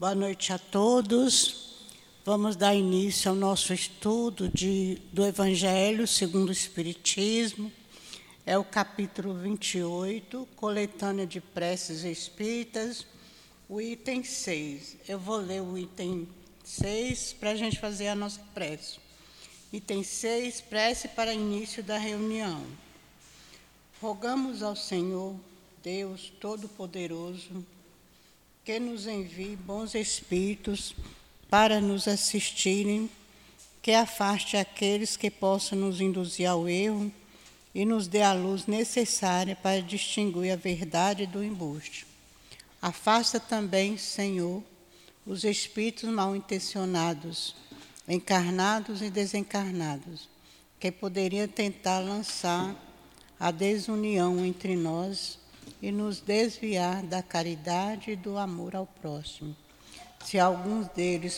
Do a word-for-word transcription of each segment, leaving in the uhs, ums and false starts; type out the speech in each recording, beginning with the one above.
Boa noite a todos. Vamos dar início ao nosso estudo de, do Evangelho segundo o Espiritismo. É o capítulo vinte e oito, Coletânea de Preces Espíritas, o item seis. Eu vou ler o item seis para a gente fazer a nossa prece. Item seis, prece para início da reunião. Rogamos ao Senhor, Deus Todo-Poderoso, que nos envie bons espíritos para nos assistirem, que afaste aqueles que possam nos induzir ao erro e nos dê a luz necessária para distinguir a verdade do embuste. Afasta também, Senhor, os espíritos mal intencionados, encarnados e desencarnados, que poderiam tentar lançar a desunião entre nós e nos desviar da caridade e do amor ao próximo. Se alguns deles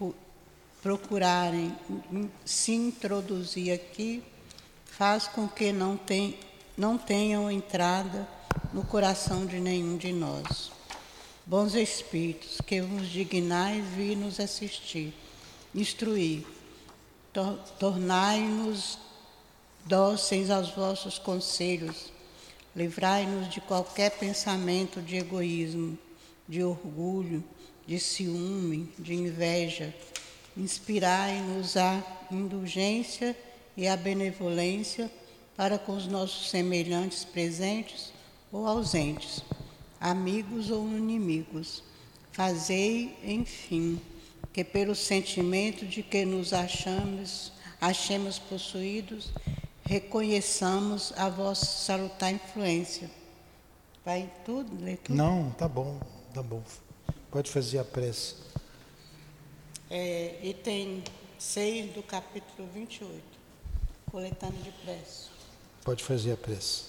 procurarem se introduzir aqui, faz com que não, tem, não tenham entrada no coração de nenhum de nós. Bons Espíritos, que vos dignais vir nos assistir, instruir, tor tornai-nos dóceis aos vossos conselhos, livrai-nos de qualquer pensamento de egoísmo, de orgulho, de ciúme, de inveja. Inspirai-nos a indulgência e a benevolência para com os nossos semelhantes presentes ou ausentes, amigos ou inimigos. Fazei, enfim, que pelo sentimento de que nos achamos, achemos possuídos, reconheçamos a vossa salutar influência. Vai tudo? Lê tudo? Não, tá bom, tá bom. Pode fazer a prece. É, item seis do capítulo vinte e oito, coletânea de prece. Pode fazer a prece.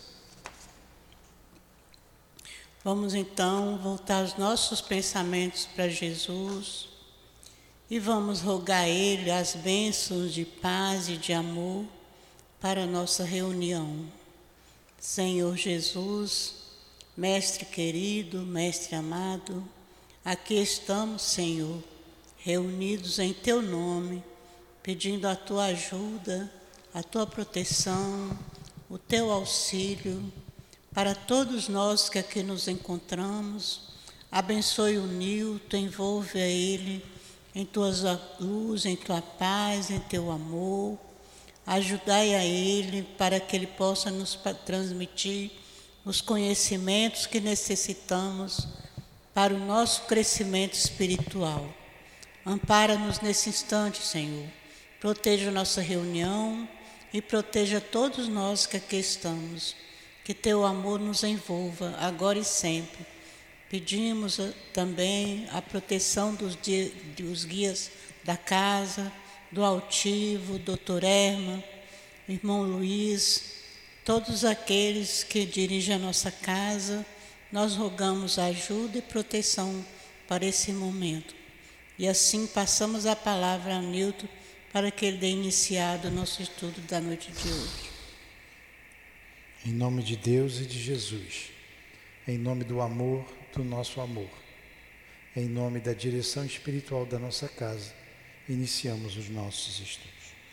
Vamos então voltar os nossos pensamentos para Jesus e vamos rogar a Ele as bênçãos de paz e de amor para a nossa reunião. Senhor Jesus, Mestre querido, Mestre amado, aqui estamos, Senhor, reunidos em Teu nome, pedindo a Tua ajuda, a Tua proteção, o Teu auxílio para todos nós que aqui nos encontramos. Abençoe o Nilton, envolve a ele em Tua luz, em Tua paz, em Teu amor. Ajudai a ele para que ele possa nos transmitir os conhecimentos que necessitamos para o nosso crescimento espiritual. Ampara-nos nesse instante, Senhor. Proteja nossa reunião e proteja todos nós que aqui estamos. Que Teu amor nos envolva agora e sempre. Pedimos também a proteção dos, dos guias da casa, do altivo, doutor Herman, irmão Luiz, todos aqueles que dirigem a nossa casa, nós rogamos ajuda e proteção para esse momento. E assim passamos a palavra a Nilton para que ele dê iniciado o nosso estudo da noite de hoje. Em nome de Deus e de Jesus, em nome do amor, do nosso amor, em nome da direção espiritual da nossa casa, iniciamos os nossos estudos.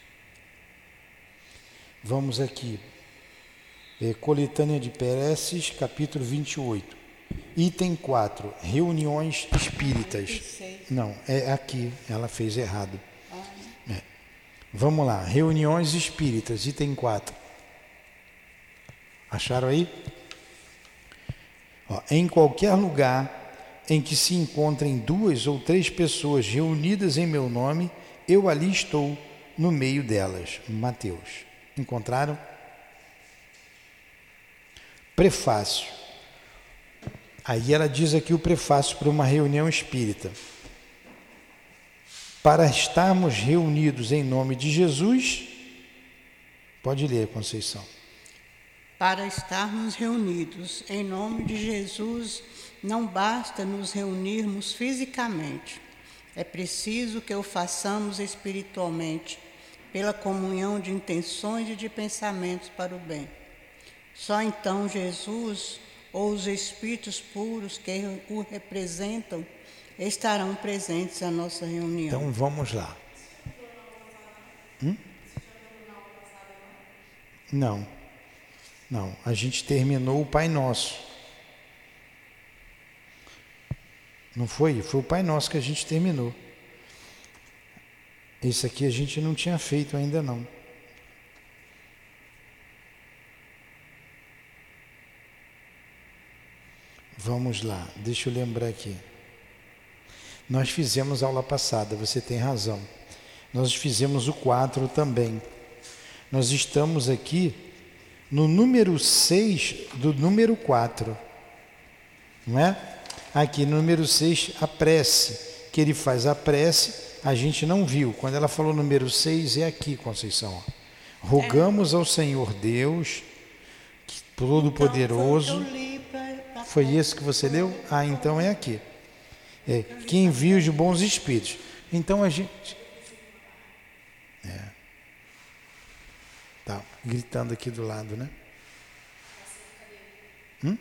Vamos aqui, é, Coletânea de Preces, capítulo vinte e oito, item quatro, reuniões espíritas. Não, é aqui, ela fez errado. É. Vamos lá, reuniões espíritas, item quatro. Acharam aí? Ó, em qualquer lugar em que se encontrem duas ou três pessoas reunidas em meu nome, eu ali estou no meio delas. Mateus. Encontraram? Prefácio. Aí ela diz aqui o prefácio para uma reunião espírita. Para estarmos reunidos em nome de Jesus, pode ler, Conceição. Para estarmos reunidos em nome de Jesus, não basta nos reunirmos fisicamente. É preciso que o façamos espiritualmente, pela comunhão de intenções e de pensamentos para o bem. Só então Jesus, ou os espíritos puros que o representam, estarão presentes à nossa reunião. Então vamos lá. Hum? Não, não, a gente terminou o Pai Nosso. Não foi? Foi o Pai Nosso que a gente terminou. Esse aqui a gente não tinha feito ainda não. Vamos lá, deixa eu lembrar aqui. Nós fizemos aula passada, você tem razão. Nós fizemos o quatro também. Nós estamos aqui no número seis do número quatro. Não é? Aqui no número seis, a prece. Que ele faz a prece, a gente não viu. Quando ela falou número seis, é aqui, Conceição. Rogamos ao Senhor Deus, Todo-Poderoso. Foi esse que você leu? Ah, então é aqui. É, que envia os bons espíritos. Então a gente... É. Tá gritando aqui do lado, né? Hum?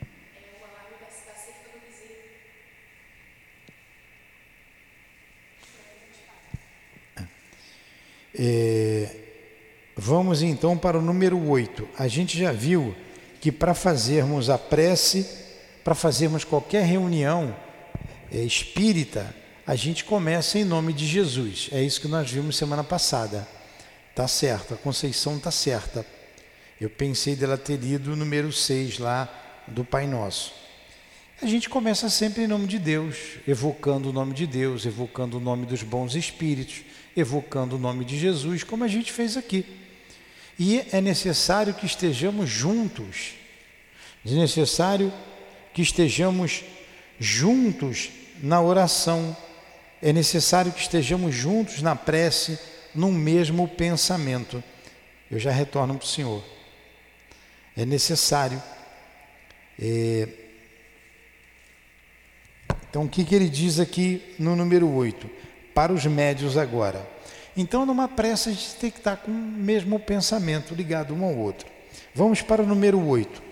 É, vamos então para o número oito. A gente já viu que para fazermos a prece, para fazermos qualquer reunião é, espírita, a gente começa em nome de Jesus. É isso que nós vimos semana passada. Tá certo, a Conceição tá certa. Eu pensei dela ter lido o número seis lá do Pai Nosso. A gente começa sempre em nome de Deus, evocando o nome de Deus, evocando o nome dos bons espíritos, evocando o nome de Jesus, como a gente fez aqui. E é necessário que estejamos juntos. É necessário que estejamos juntos na oração. É necessário que estejamos juntos na prece, num mesmo pensamento. Eu já retorno para o Senhor. É necessário. É... Então, o que, que ele diz aqui no número oito? Para os médios agora. Então, numa prece, a gente tem que estar com o mesmo pensamento, ligado um ao outro. Vamos para o número oito.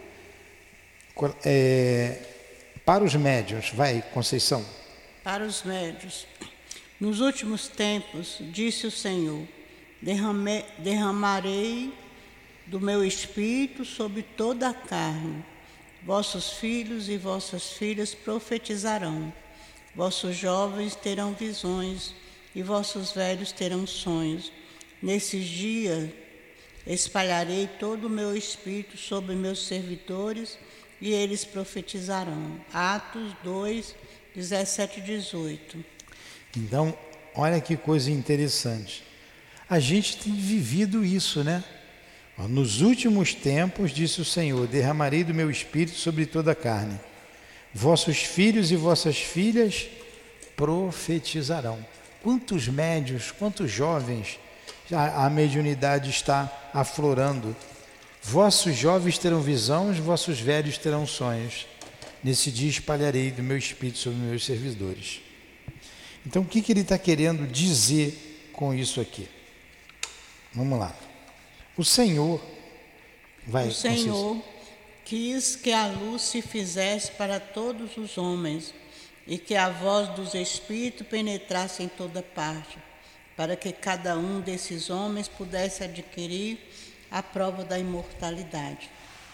É... Para os médios. Vai, Conceição. Para os médios. Nos últimos tempos, disse o Senhor, derramei, derramarei do meu espírito sobre toda a carne. Vossos filhos e vossas filhas profetizarão. Vossos jovens terão visões e vossos velhos terão sonhos. Nesses dias espalharei todo o meu espírito sobre meus servidores e eles profetizarão. Atos dois, dezessete e dezoito. Então, olha que coisa interessante. A gente tem vivido isso, né? Nos últimos tempos, disse o Senhor, derramarei do meu espírito sobre toda a carne. Vossos filhos e vossas filhas profetizarão. Quantos médios, quantos jovens a, a mediunidade está aflorando. Vossos jovens terão visões, vossos velhos terão sonhos. Nesse dia espalharei do meu espírito sobre meus servidores. Então, o que, que ele está querendo dizer com isso aqui? Vamos lá. O Senhor vai... O Senhor quis que a luz se fizesse para todos os homens e que a voz dos Espíritos penetrasse em toda parte, para que cada um desses homens pudesse adquirir a prova da imortalidade.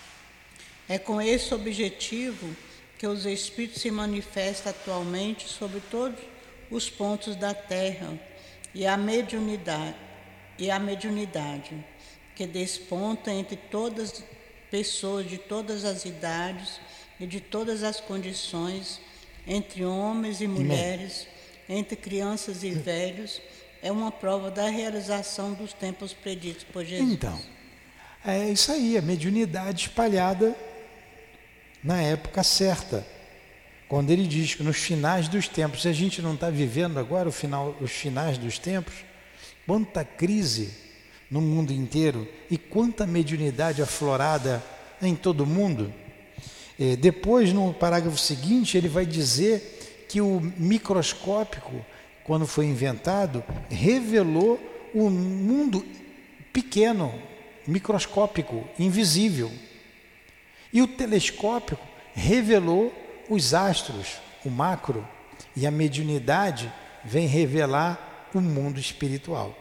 É com esse objetivo que os Espíritos se manifestam atualmente sobre todos os pontos da terra e a mediunidade, e a mediunidade que desponta entre todas as pessoas de todas as idades e de todas as condições, entre homens e mulheres, entre crianças e velhos, é uma prova da realização dos tempos preditos por Jesus. Então, é isso aí, a mediunidade espalhada na época certa. Quando ele diz que nos finais dos tempos, se a gente não está vivendo agora o final, os finais dos tempos, quanta crise no mundo inteiro e quanta mediunidade aflorada em todo o mundo. É, depois, no parágrafo seguinte, ele vai dizer que o microscópico, quando foi inventado, revelou o mundo pequeno, microscópico, invisível. E o telescópico revelou os astros, o macro, E a mediunidade vem revelar o mundo espiritual.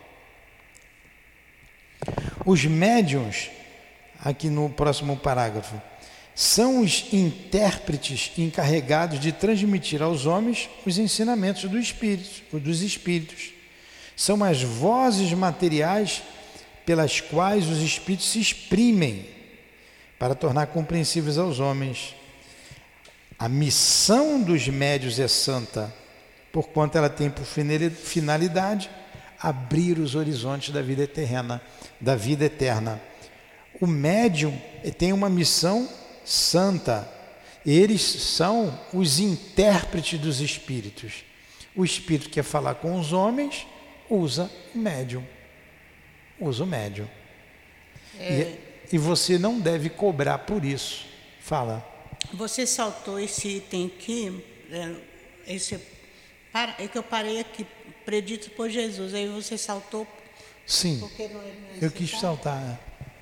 Os médiuns, aqui no próximo parágrafo, são os intérpretes encarregados de transmitir aos homens os ensinamentos do espírito, dos espíritos. São as vozes materiais pelas quais os espíritos se exprimem para tornar compreensíveis aos homens. A missão dos médiuns é santa, porquanto ela tem por finalidade abrir os horizontes da vida eterna, da vida eterna. O médium tem uma missão santa. Eles são os intérpretes dos espíritos. O espírito quer falar com os homens, usa o médium. Usa o médium. É... E, e você não deve cobrar por isso. Fala. Você saltou esse item aqui, esse, é que eu parei aqui, predito por Jesus. Aí você saltou. Sim, porque não é, não é eu quis saltar.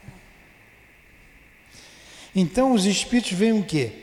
Então os espíritos vêm o quê?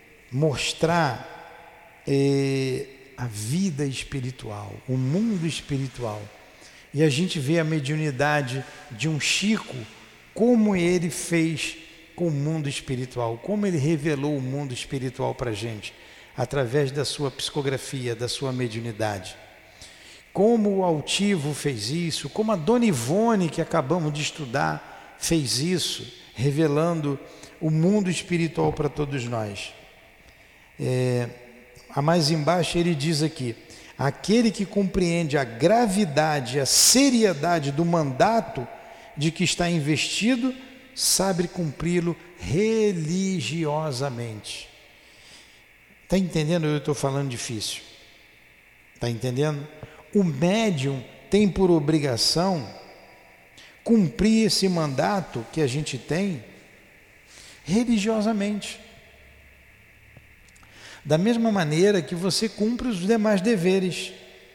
Mostrar eh, a vida espiritual, o mundo espiritual. E a gente vê a mediunidade de um Chico, como ele fez com o mundo espiritual, como ele revelou o mundo espiritual para a gente, através da sua psicografia, da sua mediunidade. Como o Altivo fez isso, como a Dona Ivone, que acabamos de estudar, fez isso, revelando o mundo espiritual para todos nós. É, a mais embaixo ele diz aqui: aquele que compreende a gravidade, a seriedade do mandato de que está investido, sabe cumpri-lo religiosamente. Está entendendo? Eu estou falando difícil. Está entendendo? O médium tem por obrigação cumprir esse mandato que a gente tem religiosamente. Da mesma maneira que você cumpre os demais deveres.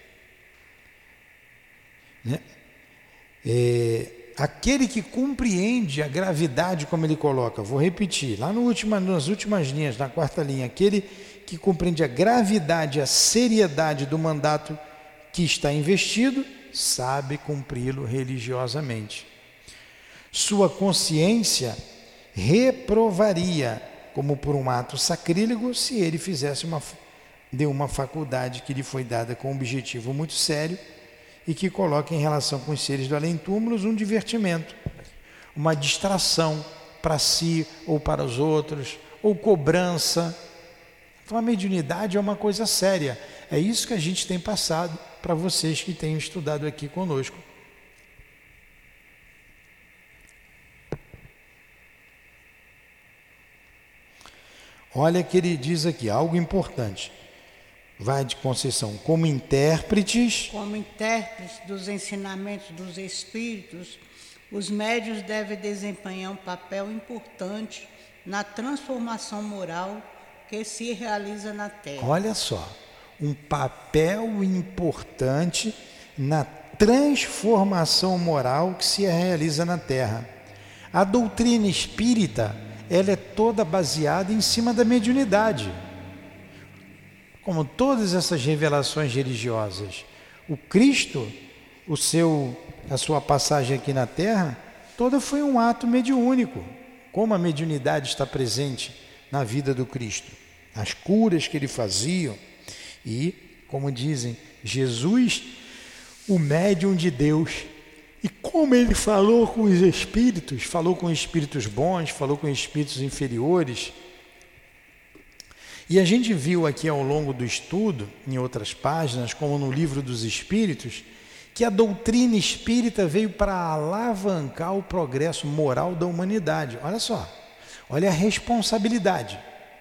Né? É, aquele que compreende a gravidade, como ele coloca, vou repetir, lá no último, nas últimas linhas, na quarta linha, aquele que compreende a gravidade, a seriedade do mandato que está investido, sabe cumpri-lo religiosamente. Sua consciência reprovaria, como por um ato sacrílego, se ele fizesse uma, de uma faculdade que lhe foi dada com um objetivo muito sério e que coloca em relação com os seres do além-túmulos um divertimento, uma distração para si ou para os outros, ou cobrança. Então a mediunidade é uma coisa séria. É isso que a gente tem passado para vocês que têm estudado aqui conosco. Olha que ele diz aqui, algo importante. Vai de Conceição, como intérpretes... Como intérpretes dos ensinamentos dos Espíritos, os médiuns devem desempenhar um papel importante na transformação moral que se realiza na Terra. Olha só, um papel importante na transformação moral que se realiza na Terra. A doutrina espírita, ela é toda baseada em cima da mediunidade. Como todas essas revelações religiosas, o Cristo, o seu, a sua passagem aqui na Terra, toda foi um ato mediúnico. Como a mediunidade está presente na vida do Cristo, as curas que ele fazia, e, como dizem, Jesus, o médium de Deus. E como ele falou com os espíritos, falou com espíritos bons, falou com espíritos inferiores. E a gente viu aqui ao longo do estudo, em outras páginas, como no Livro dos Espíritos, que a doutrina espírita veio para alavancar o progresso moral da humanidade. Olha só, olha a responsabilidade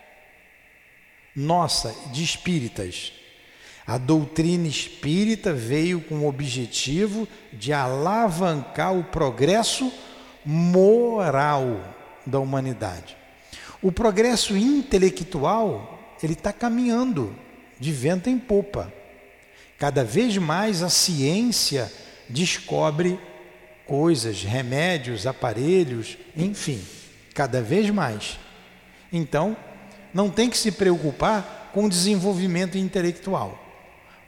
nossa, de espíritas. A doutrina espírita veio com o objetivo de alavancar o progresso moral da humanidade. O progresso intelectual, ele está caminhando de vento em popa. Cada vez mais a ciência descobre coisas, remédios, aparelhos, enfim, cada vez mais. Então, não tem que se preocupar com o desenvolvimento intelectual.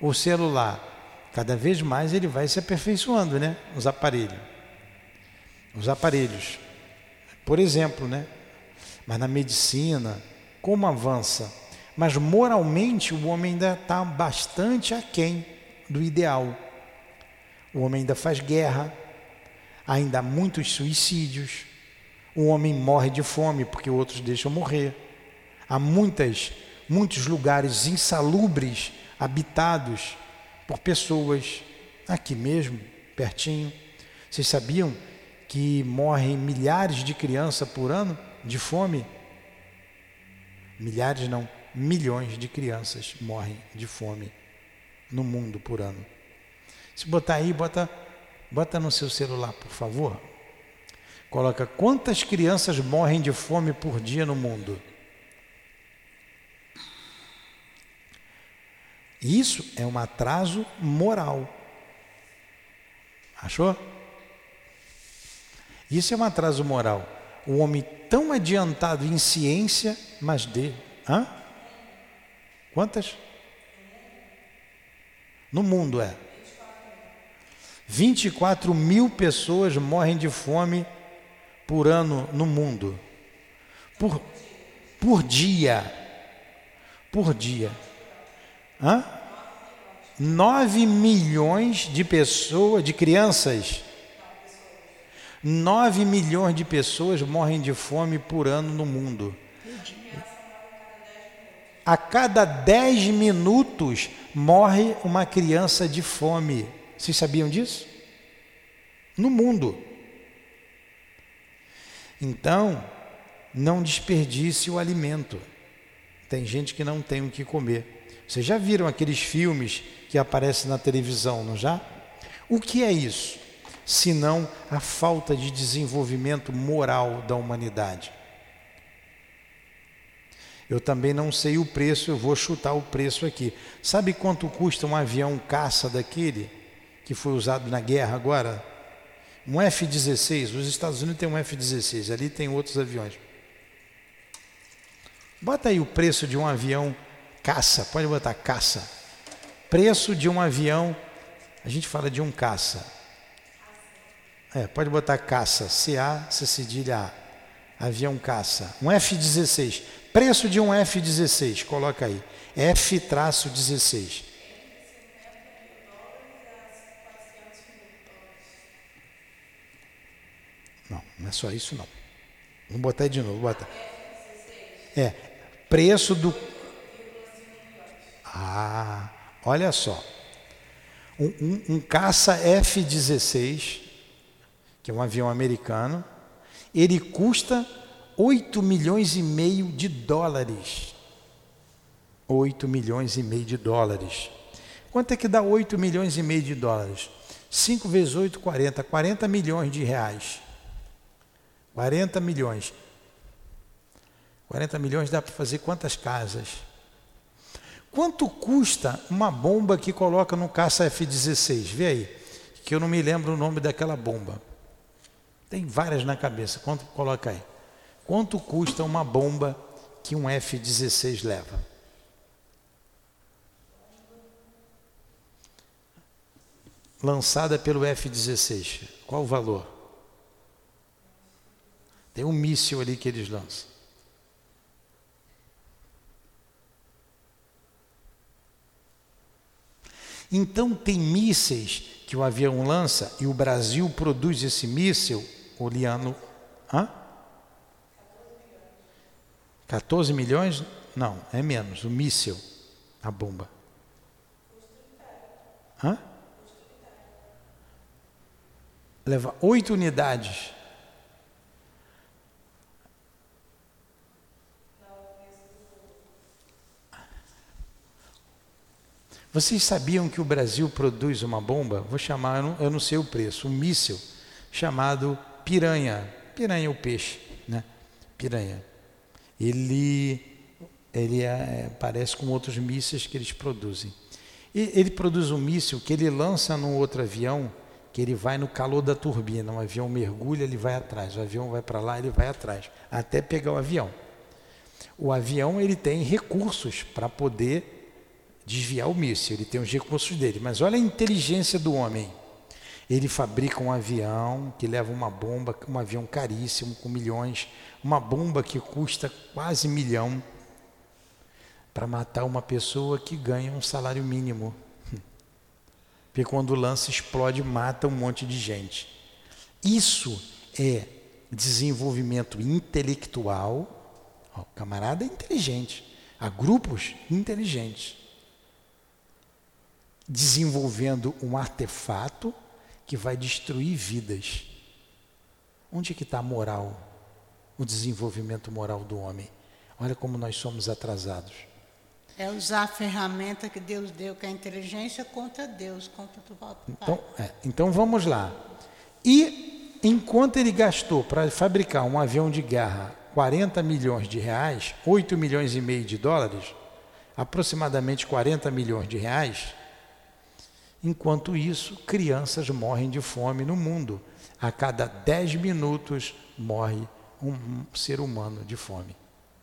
o celular, cada vez mais ele vai se aperfeiçoando, né? Os aparelhos. Os aparelhos. Por exemplo, né? Mas na medicina, como avança? Mas moralmente o homem ainda está bastante aquém do ideal. O homem ainda faz guerra, ainda há muitos suicídios, o homem morre de fome porque outros deixam morrer. Há muitas, muitos lugares insalubres habitados por pessoas, aqui mesmo, pertinho. Vocês sabiam que morrem milhares de crianças por ano de fome? Milhares não, milhões de crianças morrem de fome no mundo por ano. Se botar aí, bota, bota no seu celular, por favor. Coloca quantas crianças morrem de fome por dia no mundo. Isso é um atraso moral. Achou? Isso é um atraso moral. O homem tão adiantado em ciência, mas de... Hã? Quantas? No mundo é. vinte e quatro mil pessoas morrem de fome por ano no mundo. Por, por dia. Por dia. Hã? nove milhões de pessoas, de crianças. nove milhões de pessoas morrem de fome por ano no mundo. A cada dez minutos morre uma criança de fome. Vocês sabiam disso? No mundo. Então, não desperdice o alimento. Tem gente que não tem o que comer. Vocês já viram aqueles filmes que aparecem na televisão, não já? O que é isso? Senão a falta de desenvolvimento moral da humanidade. Eu também não sei o preço, eu vou chutar o preço aqui. Sabe quanto custa um avião caça daquele que foi usado na guerra agora? Um F dezesseis, os Estados Unidos tem um F dezesseis, ali tem outros aviões. Bota aí o preço de um avião caça, pode botar caça. Preço de um avião, a gente fala de um caça. É, pode botar caça, C A, C cedilha A. Avião caça. Um F dezesseis. Preço de um F dezesseis, coloca aí. F dezesseis. Não, não é só isso não. Vamos botar aí de novo, bota. É, preço do... Ah, olha só. Um, um, um caça F dezesseis, que é um avião americano, ele custa oito milhões e meio de dólares. oito milhões e meio de dólares. Quanto é que dá oito milhões e meio de dólares? cinco vezes oito, quarenta. quarenta milhões de reais. quarenta milhões. quarenta milhões dá para fazer quantas casas? Quanto custa uma bomba que coloca no caça F dezesseis? Vê aí, que eu não me lembro o nome daquela bomba. Tem várias na cabeça. Quanto coloca aí? Quanto custa uma bomba que um F dezesseis leva? Lançada pelo F dezesseis. Qual o valor? Tem um míssil ali que eles lançam. Então tem mísseis que o avião lança e o Brasil produz esse míssil, Oliano. Hã? quatorze milhões? Não, é menos, o míssil, a bomba. Hã? Leva oito unidades. Vocês sabiam que o Brasil produz uma bomba? Vou chamar, eu não, eu não sei o preço, um míssil chamado piranha. Piranha é o peixe, né? Piranha. Ele, ele é, parece com outros mísseis que eles produzem. E, ele produz um míssil que ele lança num outro avião, que ele vai no calor da turbina. O avião mergulha, ele vai atrás. O avião vai para lá, ele vai atrás, até pegar o avião. O avião ele tem recursos para poder desviar o míssil, ele tem os recursos dele. Mas olha a inteligência do homem. Ele fabrica um avião que leva uma bomba, um avião caríssimo, com milhões, uma bomba que custa quase milhão, para matar uma pessoa que ganha um salário mínimo. Porque quando lança, explode, mata um monte de gente. Isso é desenvolvimento intelectual. Ó, o camarada é inteligente. Há grupos inteligentes desenvolvendo um artefato que vai destruir vidas. Onde é que está a moral? O desenvolvimento moral do homem. Olha como nós somos atrasados. É usar a ferramenta que Deus deu, que é a inteligência, contra Deus, contra o voto do Pai. Então, é, então vamos lá. E enquanto ele gastou para fabricar um avião de guerra quarenta milhões de reais, oito milhões e meio de dólares, aproximadamente quarenta milhões de reais, enquanto isso, crianças morrem de fome no mundo. A cada dez minutos morre um ser humano de fome.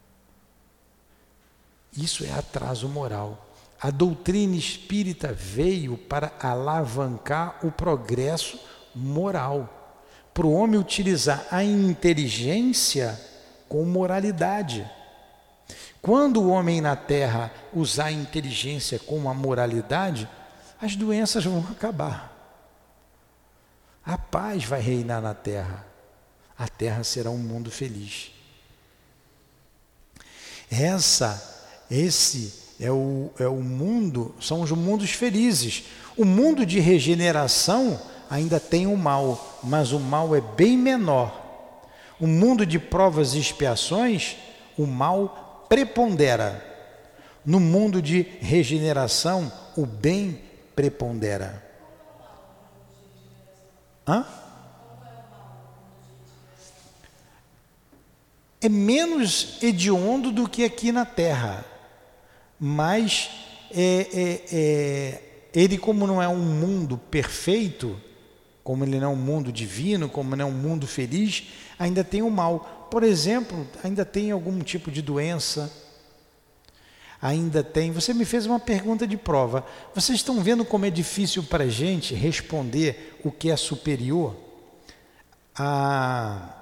Isso é atraso moral. A doutrina espírita veio para alavancar o progresso moral, para o homem utilizar a inteligência com moralidade. Quando o homem na Terra usar a inteligência com a moralidade, as doenças vão acabar. A paz vai reinar na Terra. A Terra será um mundo feliz. Essa Esse é o, é o mundo, são os mundos felizes. O mundo de regeneração ainda tem o mal, mas o mal é bem menor. O mundo de provas e expiações, o mal prepondera. No mundo de regeneração, o bem prepondera. Hã? É menos hediondo do que aqui na Terra. Mas é, é, é, ele, como não é um mundo perfeito, como ele não é um mundo divino, como não é um mundo feliz, ainda tem o mal. Por exemplo, ainda tem algum tipo de doença, ainda tem... Você me fez uma pergunta de prova. Vocês estão vendo como é difícil para a gente responder o que é superior? A,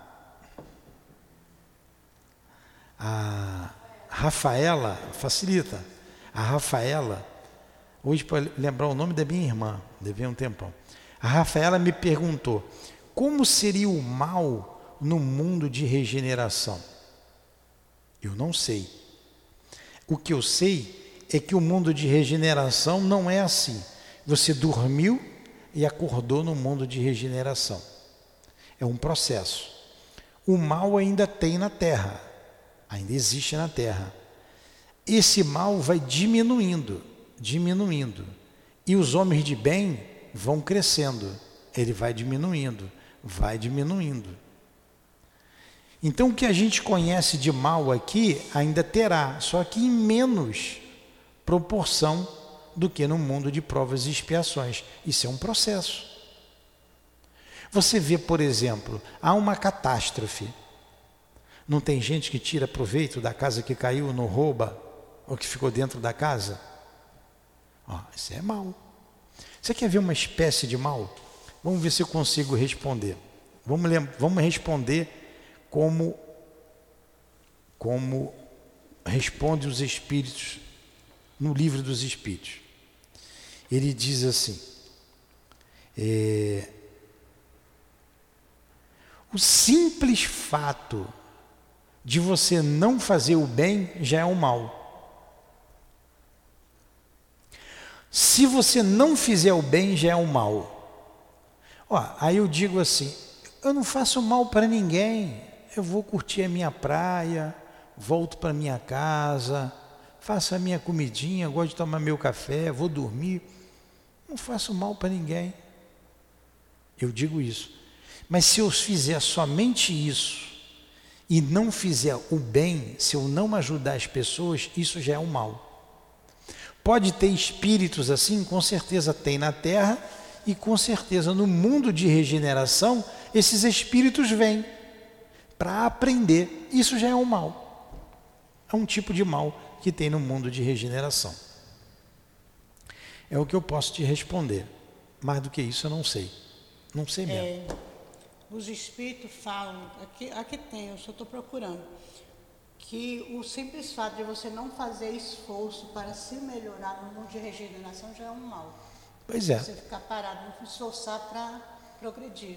a Rafaela, facilita, a Rafaela, hoje para lembrar o nome da minha irmã, devia um tempão, a Rafaela me perguntou, como seria o mal no mundo de regeneração? Eu não sei. O que eu sei é que o mundo de regeneração não é assim. Você dormiu e acordou no mundo de regeneração. É um processo. O mal ainda tem na Terra. Ainda existe na Terra. Esse mal vai diminuindo, diminuindo. E os homens de bem vão crescendo. Ele vai diminuindo, vai diminuindo. Então o que a gente conhece de mal aqui ainda terá, só que em menos proporção do que no mundo de provas e expiações. Isso é um processo. Você vê, por exemplo, há uma catástrofe. Não tem gente que tira proveito da casa que caiu, não rouba, ou que ficou dentro da casa? Ó, isso é mal. Você quer ver uma espécie de mal? Vamos ver se eu consigo responder. Vamos, vamos responder como, como responde os Espíritos no Livro dos Espíritos. Ele diz assim, é, o simples fato de você não fazer o bem já é um mal. Se você não fizer o bem, já é um mal. Ó, aí eu digo assim, eu não faço mal para ninguém, eu vou curtir a minha praia, volto para minha casa, faço a minha comidinha, gosto de tomar meu café, vou dormir, não faço mal para ninguém. Eu digo isso. Mas se eu fizer somente isso, e não fizer o bem, se eu não ajudar as pessoas, isso já é um mal. Pode ter espíritos assim? Com certeza tem na Terra, e com certeza no mundo de regeneração, esses espíritos vêm para aprender. Isso já é um mal. É um tipo de mal que tem no mundo de regeneração. É o que eu posso te responder. Mais do que isso eu não sei. Não sei mesmo. É, os espíritos falam, aqui, aqui tem, eu só estou procurando, que o simples fato de você não fazer esforço para se melhorar no mundo de regeneração já é um mal. Pois é. Você ficar parado, não se esforçar para progredir.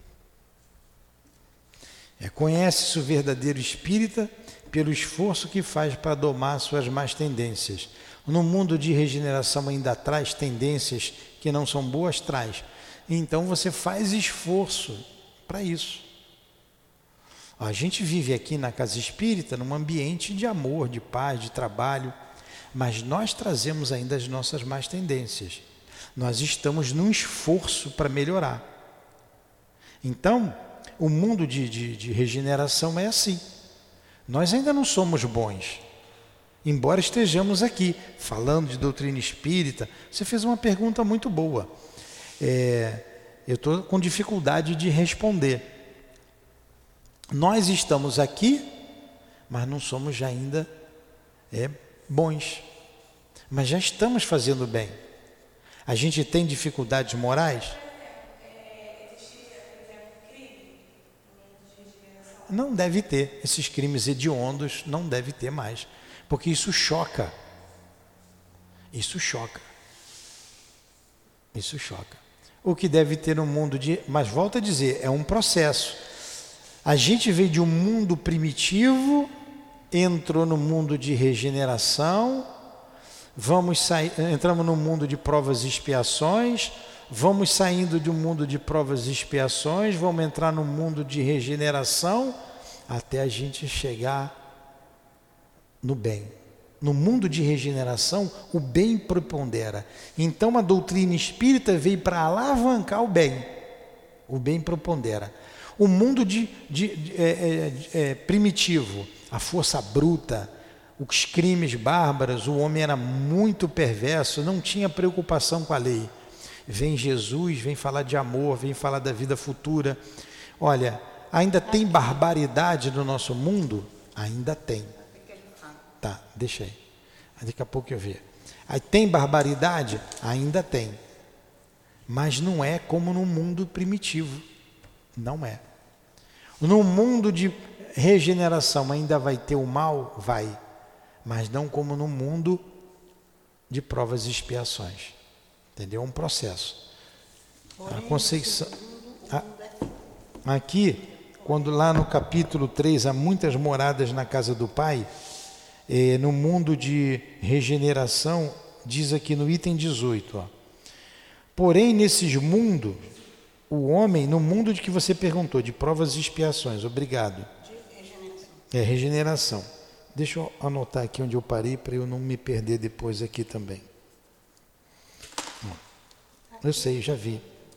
É, conhece-se o verdadeiro espírita pelo esforço que faz para domar suas más tendências. No mundo de regeneração ainda traz tendências que não são boas, traz. Então você faz esforço para isso. A gente vive aqui na Casa Espírita num ambiente de amor, de paz, de trabalho, mas nós trazemos ainda as nossas más tendências. Nós estamos num esforço para melhorar. Então, o mundo de, de, de regeneração é assim. Nós ainda não somos bons. Embora estejamos aqui falando de doutrina espírita, você fez uma pergunta muito boa. É, eu estou com dificuldade de responder. Nós estamos aqui, mas não somos ainda é, bons. Mas já estamos fazendo bem. A gente tem dificuldades morais? Não deve ter. Esses crimes hediondos não deve ter mais. Porque isso choca. Isso choca. Isso choca. O que deve ter no mundo de... Mas volto a dizer, é um processo. A gente veio de um mundo primitivo, entrou no mundo de regeneração, vamos sair, entramos no mundo de provas e expiações, vamos saindo de um mundo de provas e expiações, vamos entrar no mundo de regeneração, até a gente chegar no bem. No mundo de regeneração, o bem prepondera. Então a doutrina espírita veio para alavancar o bem. O bem prepondera. O mundo de, de, de, é, é, primitivo, a força bruta, os crimes bárbaros, o homem era muito perverso, não tinha preocupação com a lei. Vem Jesus, vem falar de amor, vem falar da vida futura. Olha, ainda tem barbaridade no nosso mundo? Ainda tem. Tá, deixa aí. Daqui a pouco eu vejo. Aí tem barbaridade? Ainda tem. Mas não é como no mundo primitivo. Não é. No mundo de regeneração ainda vai ter o mal? Vai. Mas não como no mundo de provas e expiações. Entendeu? É um processo. A Conceição... A, aqui, quando lá no capítulo três, há muitas moradas na casa do Pai, eh, no mundo de regeneração, diz aqui no item dezoito, ó, porém nesses mundos, o homem, no mundo de que você perguntou, de provas e expiações, obrigado. De regeneração. É, regeneração. Deixa eu anotar aqui onde eu parei para eu não me perder depois aqui também. Eu sei, já vi.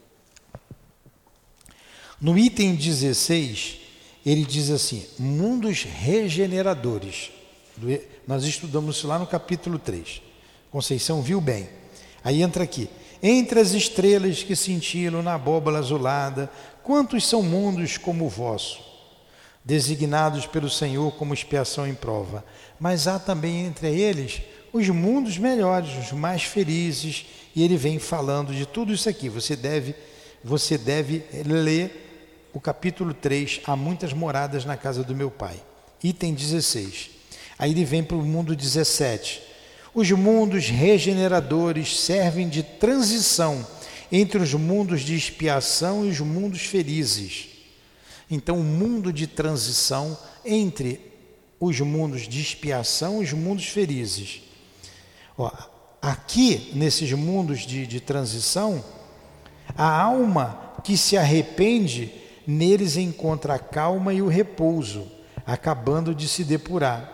No item dezesseis, ele diz assim, mundos regeneradores. Nós estudamos isso lá no capítulo três. Conceição viu bem. Aí entra aqui. Entre as estrelas que cintilam na abóbora azulada, quantos são mundos como o vosso, designados pelo Senhor como expiação em prova? Mas há também entre eles os mundos melhores, os mais felizes, e ele vem falando de tudo isso aqui. Você deve, você deve ler o capítulo três, há muitas moradas na casa do meu Pai. Item dezesseis. Aí ele vem para o mundo dezessete. Os mundos regeneradores servem de transição entre os mundos de expiação e os mundos felizes. Então, o mundo de transição entre os mundos de expiação e os mundos felizes. Ó, aqui, nesses mundos de, de transição, a alma que se arrepende, neles encontra a calma e o repouso, acabando de se depurar.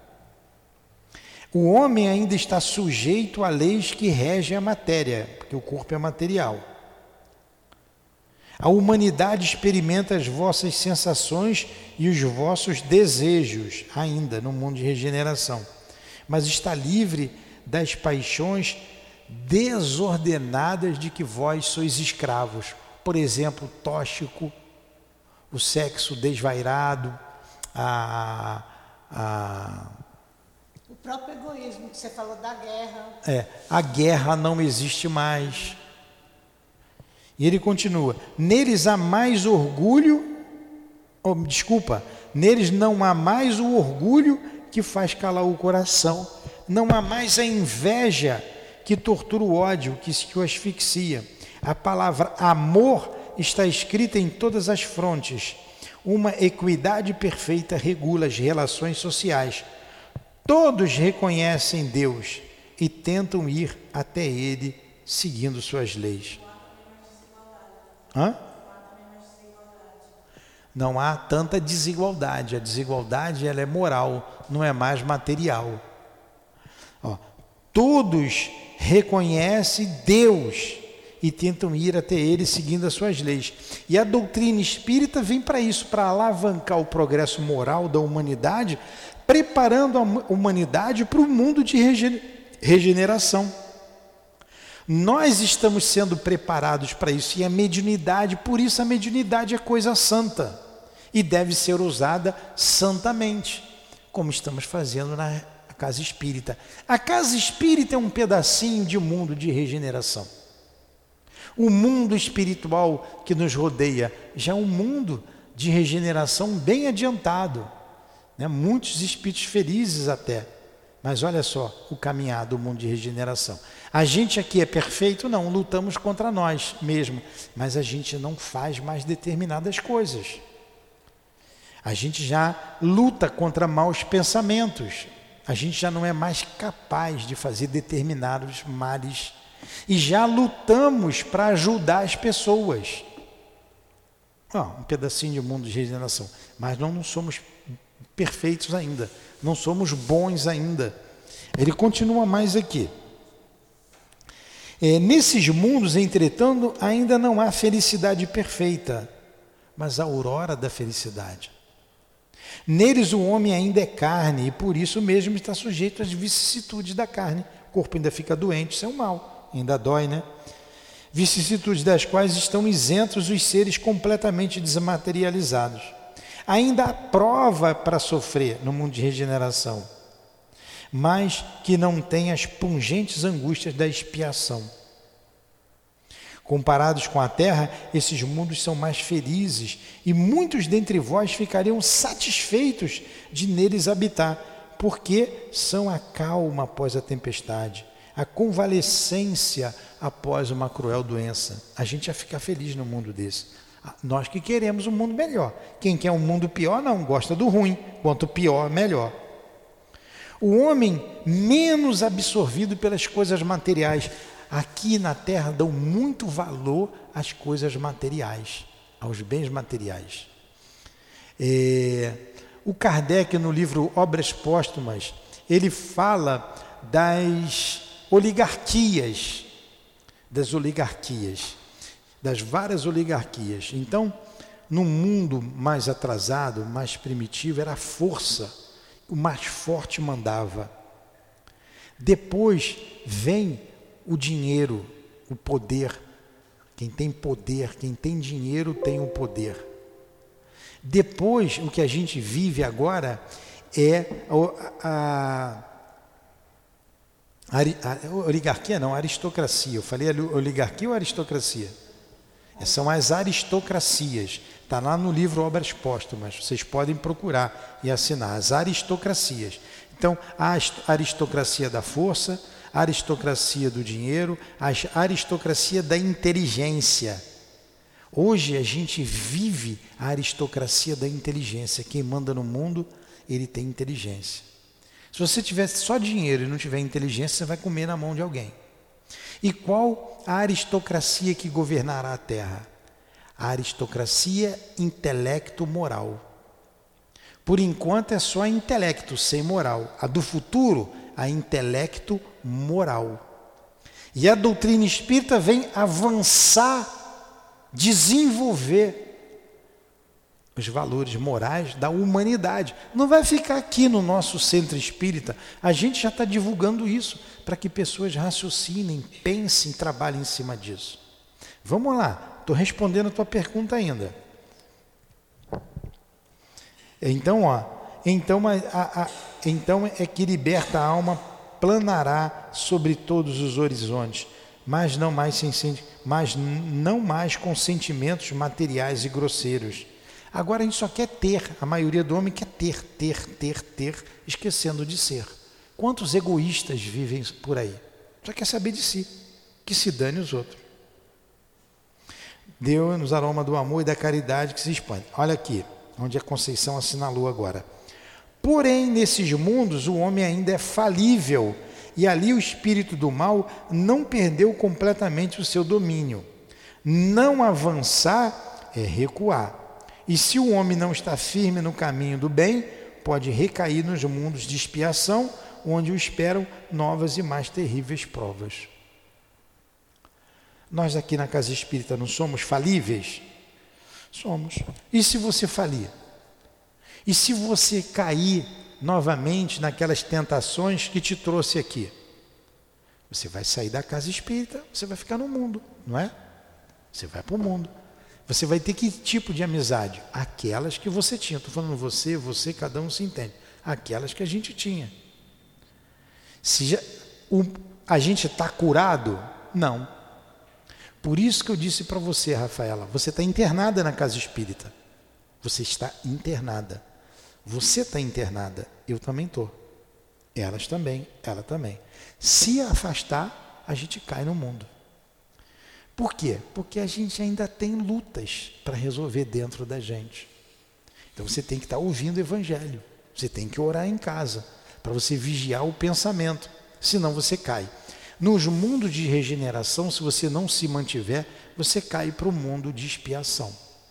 O homem ainda está sujeito a leis que regem a matéria, porque o corpo é material. A humanidade experimenta as vossas sensações e os vossos desejos, ainda no mundo de regeneração, mas está livre das paixões desordenadas de que vós sois escravos. Por exemplo, o tóxico, o sexo desvairado, a... a próprio egoísmo que você falou da guerra. É, a guerra não existe mais. E ele continua, neles há mais orgulho, oh, desculpa, neles não há mais o orgulho que faz calar o coração, não há mais a inveja que tortura o ódio, que, que o asfixia. A palavra amor está escrita em todas as frontes. Uma equidade perfeita regula as relações sociais. Todos reconhecem Deus e tentam ir até Ele seguindo suas leis. Hã? Não há tanta desigualdade. A desigualdade ela é moral, não é mais material. Ó, todos reconhecem Deus e tentam ir até Ele seguindo as suas leis. E a doutrina espírita vem para isso, para alavancar o progresso moral da humanidade, preparando a humanidade para o mundo de regeneração. Nós estamos sendo preparados para isso, e a mediunidade, por isso a mediunidade é coisa santa e deve ser usada santamente, como estamos fazendo na casa espírita. A casa espírita é um pedacinho de mundo de regeneração. O mundo espiritual que nos rodeia já é um mundo de regeneração bem adiantado, né? Muitos espíritos felizes até. Mas olha só o caminhar do mundo de regeneração. A gente aqui é perfeito? Não, lutamos contra nós mesmo. Mas a gente não faz mais determinadas coisas. A gente já luta contra maus pensamentos. A gente já não é mais capaz de fazer determinados males. E já lutamos para ajudar as pessoas. Oh, um pedacinho de mundo de regeneração. Mas não, não somos perfeitos ainda. Não somos bons ainda. Ele continua mais aqui. É, nesses mundos, entretanto, ainda não há felicidade perfeita, mas a aurora da felicidade. Neles o homem ainda é carne e por isso mesmo está sujeito às vicissitudes da carne. O corpo ainda fica doente, isso é um mal, ainda dói, né? Vicissitudes das quais estão isentos os seres completamente desmaterializados. Ainda há prova para sofrer no mundo de regeneração, mas que não tem as pungentes angústias da expiação. Comparados com a terra, esses mundos são mais felizes e muitos dentre vós ficariam satisfeitos de neles habitar, porque são a calma após a tempestade, a convalescência após uma cruel doença. A gente ia ficar feliz no mundo desse. Nós que queremos um mundo melhor. Quem quer um mundo pior, não, gosta do ruim. Quanto pior, melhor. O homem menos absorvido pelas coisas materiais. Aqui na Terra dão muito valor às coisas materiais, aos bens materiais. É, o Kardec, no livro Obras Póstumas, ele fala das oligarquias, das oligarquias, das várias oligarquias. Então, no mundo mais atrasado, mais primitivo, era a força, o mais forte mandava. Depois vem o dinheiro, o poder. Quem tem poder, quem tem dinheiro tem o poder. Depois, o que a gente vive agora é a, a, a, a oligarquia, não, a aristocracia. Eu falei oligarquia ou aristocracia? São as aristocracias. Está lá no livro Obras Póstumas. Vocês podem procurar e assinar. As aristocracias. Então, a aristocracia da força, a aristocracia do dinheiro, a aristocracia da inteligência. Hoje a gente vive a aristocracia da inteligência. Quem manda no mundo, ele tem inteligência. Se você tivesse só dinheiro e não tiver inteligência, você vai comer na mão de alguém. E qual a aristocracia que governará a Terra? A aristocracia intelecto-moral. Por enquanto é só intelecto, sem moral. A do futuro, a intelecto-moral. E a doutrina espírita vem avançar, desenvolver os valores morais da humanidade. Não vai ficar aqui no nosso centro espírita. A gente já está divulgando isso para que pessoas raciocinem, pensem, trabalhem em cima disso. Vamos lá, estou respondendo a tua pergunta ainda. Então, ó, Então, a, a, a, então é que liberta a alma, planará sobre todos os horizontes, mas não mais, sem, mas não mais com sentimentos materiais e grosseiros. Agora a gente só quer ter, a maioria do homem quer ter, ter, ter, ter, esquecendo de ser. Quantos egoístas vivem por aí? Só quer saber de si, que se dane os outros. Deu-nos aroma do amor e da caridade que se expande. Olha aqui, onde a Conceição assinalou agora. Porém, nesses mundos, o homem ainda é falível, e ali o espírito do mal não perdeu completamente o seu domínio. Não avançar é recuar. E se o homem não está firme no caminho do bem, pode recair nos mundos de expiação, onde o esperam novas e mais terríveis provas. Nós aqui na Casa Espírita não somos falíveis? Somos. E se você falir? E se você cair novamente naquelas tentações que te trouxe aqui? Você vai sair da Casa Espírita, você vai ficar no mundo, não é? Você vai para o mundo. Você vai ter que tipo de amizade? Aquelas que você tinha. Estou falando você, você, cada um se entende. Aquelas que a gente tinha. Se já, o, a gente está curado? Não. Por isso que eu disse para você, Rafaela, você está internada na Casa Espírita. Você está internada. Você está internada, eu também estou. Elas também, ela também. Se afastar, a gente cai no mundo. Por quê? Porque a gente ainda tem lutas para resolver dentro da gente. Então você tem que estar ouvindo o Evangelho. Você tem que orar em casa, para você vigiar o pensamento. Senão você cai. Nos mundos de regeneração, se você não se mantiver, você cai para o mundo de expiação.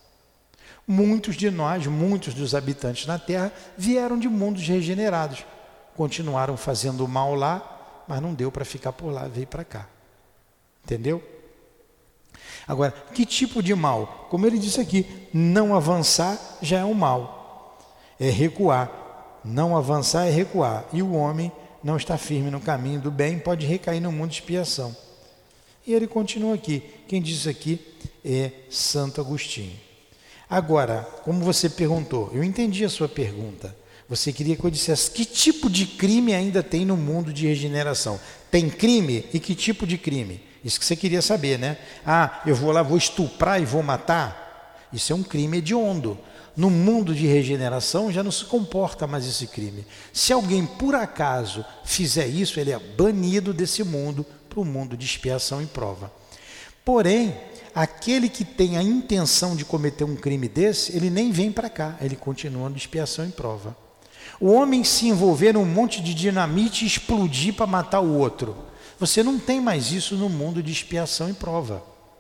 Muitos de nós, muitos dos habitantes na Terra, vieram de mundos regenerados. Continuaram fazendo mal lá, mas não deu para ficar por lá, veio para cá. Entendeu? Agora, que tipo de mal? Como ele disse aqui, não avançar já é um mal. É recuar. Não avançar é recuar. E o homem não está firme no caminho do bem, pode recair no mundo de expiação. E ele continua aqui. Quem diz isso aqui é Santo Agostinho. Agora, como você perguntou, eu entendi a sua pergunta. Você queria que eu dissesse que tipo de crime ainda tem no mundo de regeneração? Tem crime? E que tipo de crime? Isso que você queria saber, né? Ah, eu vou lá, vou estuprar e vou matar? Isso é um crime hediondo. No mundo de regeneração já não se comporta mais esse crime. Se alguém por acaso fizer isso, ele é banido desse mundo para o mundo de expiação e prova. Porém, aquele que tem a intenção de cometer um crime desse, ele nem vem para cá, ele continua de expiação e prova. O homem se envolver num monte de dinamite e explodir para matar o outro. Você não tem mais isso no mundo de expiação e prova.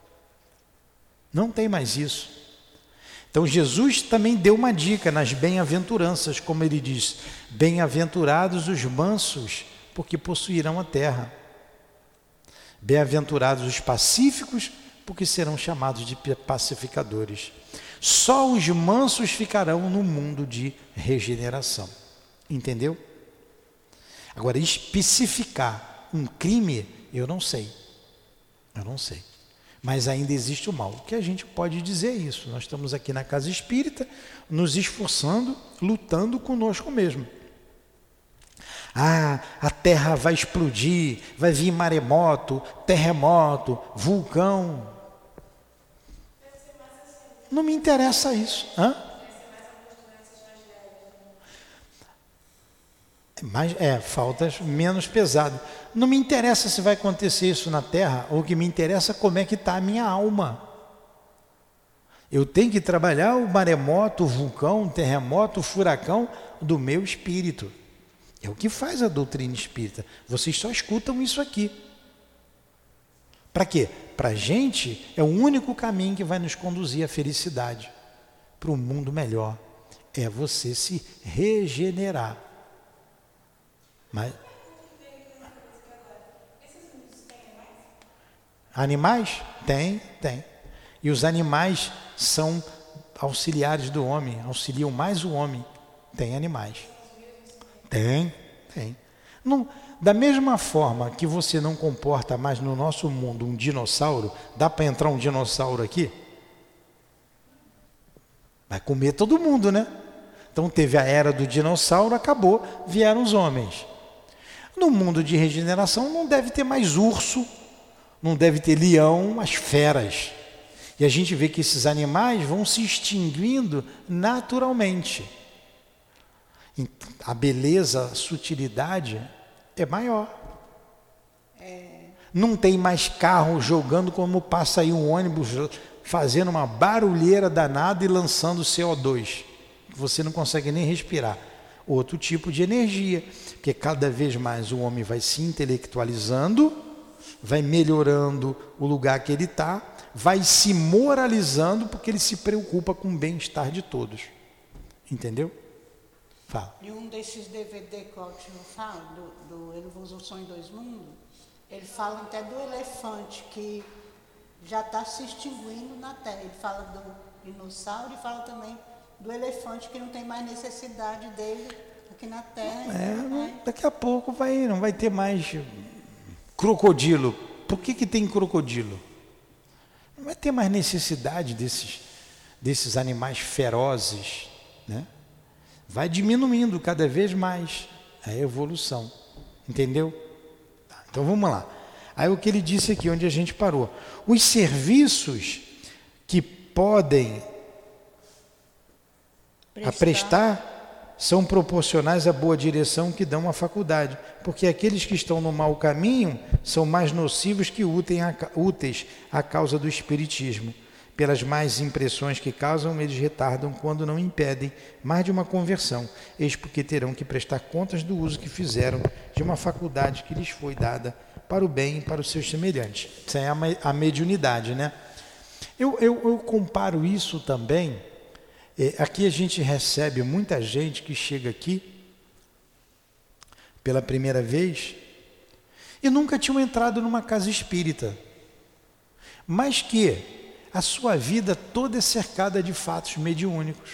Não tem mais isso. Então Jesus também deu uma dica nas bem-aventuranças, como ele diz, bem-aventurados os mansos, porque possuirão a terra. Bem-aventurados os pacíficos, porque serão chamados de pacificadores. Só os mansos ficarão no mundo de regeneração. Entendeu? Agora, especificar um crime, eu não sei. Eu não sei. Mas ainda existe o mal. O que a gente pode dizer é isso. Nós estamos aqui na Casa Espírita, nos esforçando, lutando conosco mesmo. Ah, a terra vai explodir, vai vir maremoto, terremoto, vulcão. Não me interessa isso. Hã? Mas, é, faltas menos pesadas. Não me interessa se vai acontecer isso na Terra, o que me interessa é como é que está a minha alma. Eu tenho que trabalhar o maremoto, o vulcão, o terremoto, o furacão do meu espírito. É o que faz a doutrina espírita. Vocês só escutam isso aqui. Para quê? Para a gente é o único caminho que vai nos conduzir à felicidade, para um mundo melhor. É você se regenerar. Mas animais? Tem, tem. E os animais são auxiliares do homem, auxiliam mais o homem. Tem animais. Tem, tem. Não, da mesma forma que você não comporta mais no nosso mundo um dinossauro, dá para entrar um dinossauro aqui? Vai comer todo mundo, né? Então teve a era do dinossauro, acabou, vieram os homens. No mundo de regeneração não deve ter mais urso, não deve ter leão, as feras. E a gente vê que esses animais vão se extinguindo naturalmente. A beleza, a sutilidade é maior. É. Não tem mais carro jogando como passa aí um ônibus fazendo uma barulheira danada e lançando C O dois. Você não consegue nem respirar. Outro tipo de energia, porque cada vez mais o homem vai se intelectualizando, vai melhorando o lugar que ele está, vai se moralizando porque ele se preocupa com o bem-estar de todos. Entendeu? Fala. E um desses D V D que o Altino fala, do, do Evolução em Dois Mundos, ele fala até do elefante que já está se extinguindo na Terra. Ele fala do dinossauro e fala também do elefante que não tem mais necessidade dele aqui na Terra. É, daqui a pouco vai, não vai ter mais crocodilo. Por que que tem crocodilo? Não vai ter mais necessidade desses, desses animais ferozes, né? Vai diminuindo cada vez mais a evolução, entendeu? Então vamos lá. Aí o que ele disse aqui, onde a gente parou. Os serviços que podem prestar. a prestar são proporcionais à boa direção que dão à faculdade, porque aqueles que estão no mau caminho são mais nocivos que úteis à causa do espiritismo. Pelas más impressões que causam, eles retardam quando não impedem mais de uma conversão, eis porque terão que prestar contas do uso que fizeram de uma faculdade que lhes foi dada para o bem e para os seus semelhantes. Isso é a mediunidade, né? Eu, eu, eu comparo isso também. É, aqui a gente recebe muita gente que chega aqui pela primeira vez e nunca tinham entrado numa casa espírita, mas que a sua vida toda é cercada de fatos mediúnicos.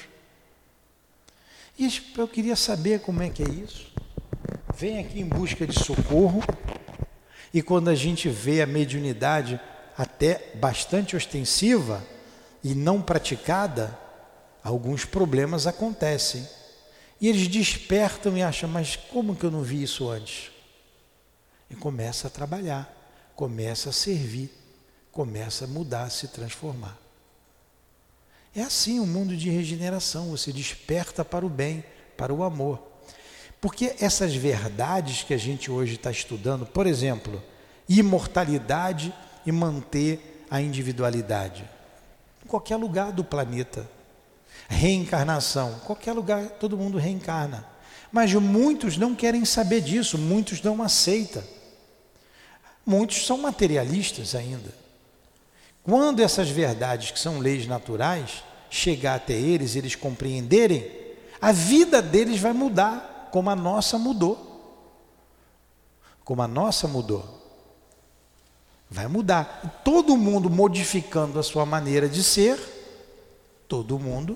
E eu queria saber como é que é isso. Vem aqui em busca de socorro e quando a gente vê a mediunidade até bastante ostensiva e não praticada, alguns problemas acontecem. E eles despertam e acham, mas como que eu não vi isso antes? E começa a trabalhar, começa a servir, começa a mudar, a se transformar. É assim o mundo de regeneração, você desperta para o bem, para o amor. Porque essas verdades que a gente hoje está estudando, por exemplo, imortalidade e manter a individualidade, em qualquer lugar do planeta. Reencarnação, em qualquer lugar todo mundo reencarna. Mas muitos não querem saber disso, muitos não aceitam. Muitos são materialistas ainda. Quando essas verdades, que são leis naturais, chegar até eles, eles compreenderem, a vida deles vai mudar, como a nossa mudou. Como a nossa mudou. Vai mudar. Todo mundo modificando a sua maneira de ser, todo mundo,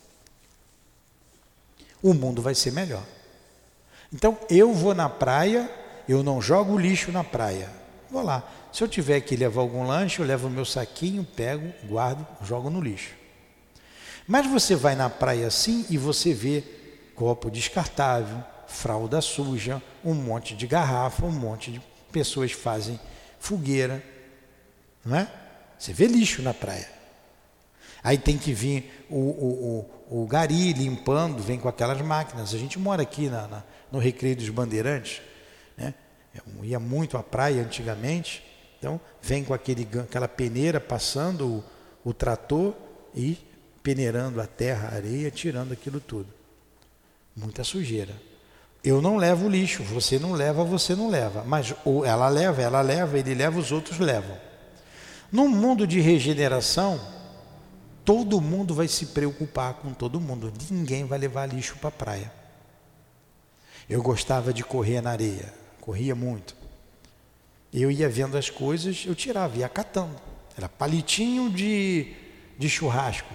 o mundo vai ser melhor. Então, eu vou na praia, eu não jogo lixo na praia. Vou lá. Se eu tiver que levar algum lanche, eu levo o meu saquinho, pego, guardo, jogo no lixo. Mas você vai na praia assim e você vê copo descartável, fralda suja, um monte de garrafa, um monte de pessoas fazem fogueira, não é? Você vê lixo na praia. Aí tem que vir o, o, o, o gari limpando, vem com aquelas máquinas. A gente mora aqui na, na, no Recreio dos Bandeirantes, né? Eu ia muito à praia antigamente, então vem com aquele, aquela peneira passando o, o trator e peneirando a terra, a areia, tirando aquilo tudo. Muita sujeira. Eu não levo lixo, você não leva, você não leva. Mas ou ela leva, ela leva, ele leva, os outros levam. No mundo de regeneração, todo mundo vai se preocupar com todo mundo. Ninguém vai levar lixo para a praia. Eu gostava de correr na areia, corria muito. Eu ia vendo as coisas, eu tirava, ia catando. Era palitinho de, de churrasco.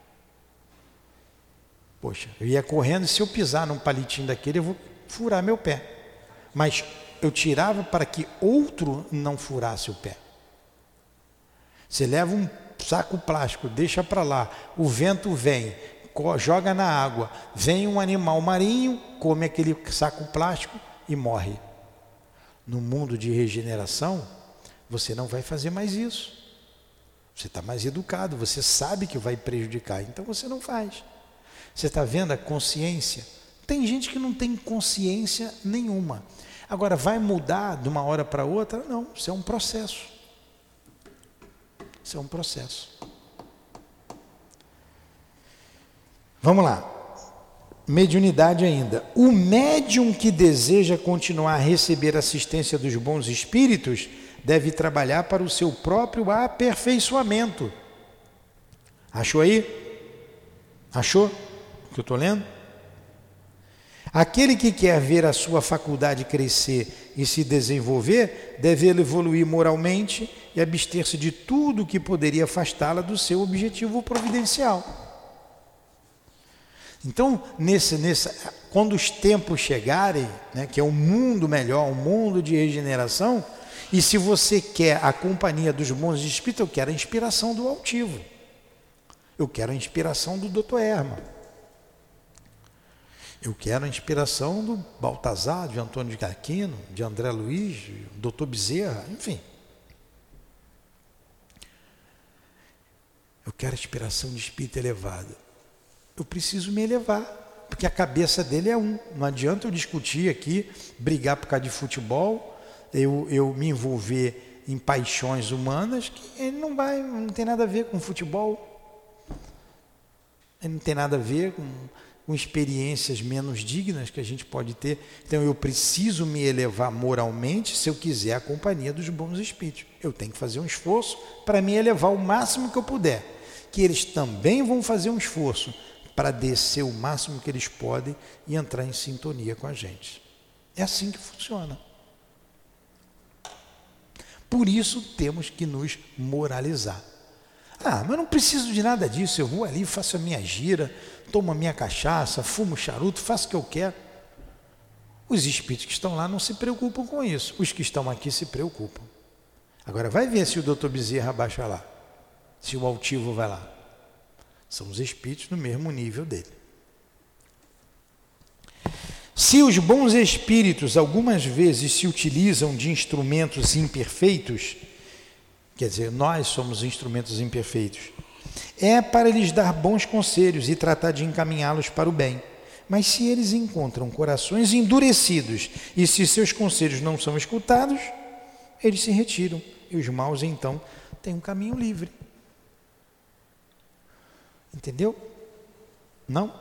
Poxa, eu ia correndo, se eu pisar num palitinho daquele, eu vou furar meu pé. Mas eu tirava para que outro não furasse o pé. Você leva um saco plástico, deixa para lá, o vento vem, joga na água, vem um animal marinho, come aquele saco plástico e morre. No mundo de regeneração, você não vai fazer mais isso. Você está mais educado, você sabe que vai prejudicar, então você não faz. Você está vendo a consciência? Tem gente que não tem consciência nenhuma. Agora, vai mudar de uma hora para outra? Não, isso é um processo. Isso é um processo. Vamos lá. Mediunidade ainda. O médium que deseja continuar a receber assistência dos bons espíritos deve trabalhar para o seu próprio aperfeiçoamento. Achou aí? Achou o que eu estou lendo? Aquele que quer ver a sua faculdade crescer e se desenvolver, deve evoluir moralmente e abster-se de tudo que poderia afastá-la do seu objetivo providencial. Então, nesse, nesse, quando os tempos chegarem, né, que é um mundo melhor, um mundo de regeneração, e se você quer a companhia dos bons espíritos, eu quero a inspiração do altivo. Eu quero a inspiração do doutor Herman. Eu quero a inspiração do Baltazar, de Antônio de Aquino, de André Luiz, do doutor Bezerra, enfim. Eu quero a inspiração de espírito elevado. Eu preciso me elevar, porque a cabeça dele é um. Não adianta eu discutir aqui, brigar por causa de futebol, eu, eu me envolver em paixões humanas, que ele não vai, não tem nada a ver com futebol. Ele não tem nada a ver com... com experiências menos dignas que a gente pode ter. Então eu preciso me elevar moralmente se eu quiser a companhia dos bons espíritos. Eu tenho que fazer um esforço para me elevar o máximo que eu puder. Que eles também vão fazer um esforço para descer o máximo que eles podem e entrar em sintonia com a gente. É assim que funciona. Por isso temos que nos moralizar. Ah, mas eu não preciso de nada disso, eu vou ali, faço a minha gira, tomo a minha cachaça, fumo charuto, faço o que eu quero. Os espíritos que estão lá não se preocupam com isso, os que estão aqui se preocupam. Agora vai ver se o doutor Bezerra baixa lá, se o altivo vai lá. São os espíritos no mesmo nível dele. Se os bons espíritos algumas vezes se utilizam de instrumentos imperfeitos, quer dizer, nós somos instrumentos imperfeitos, é para lhes dar bons conselhos e tratar de encaminhá-los para o bem. Mas se eles encontram corações endurecidos e se seus conselhos não são escutados, eles se retiram e os maus então têm um caminho livre. Entendeu? Não?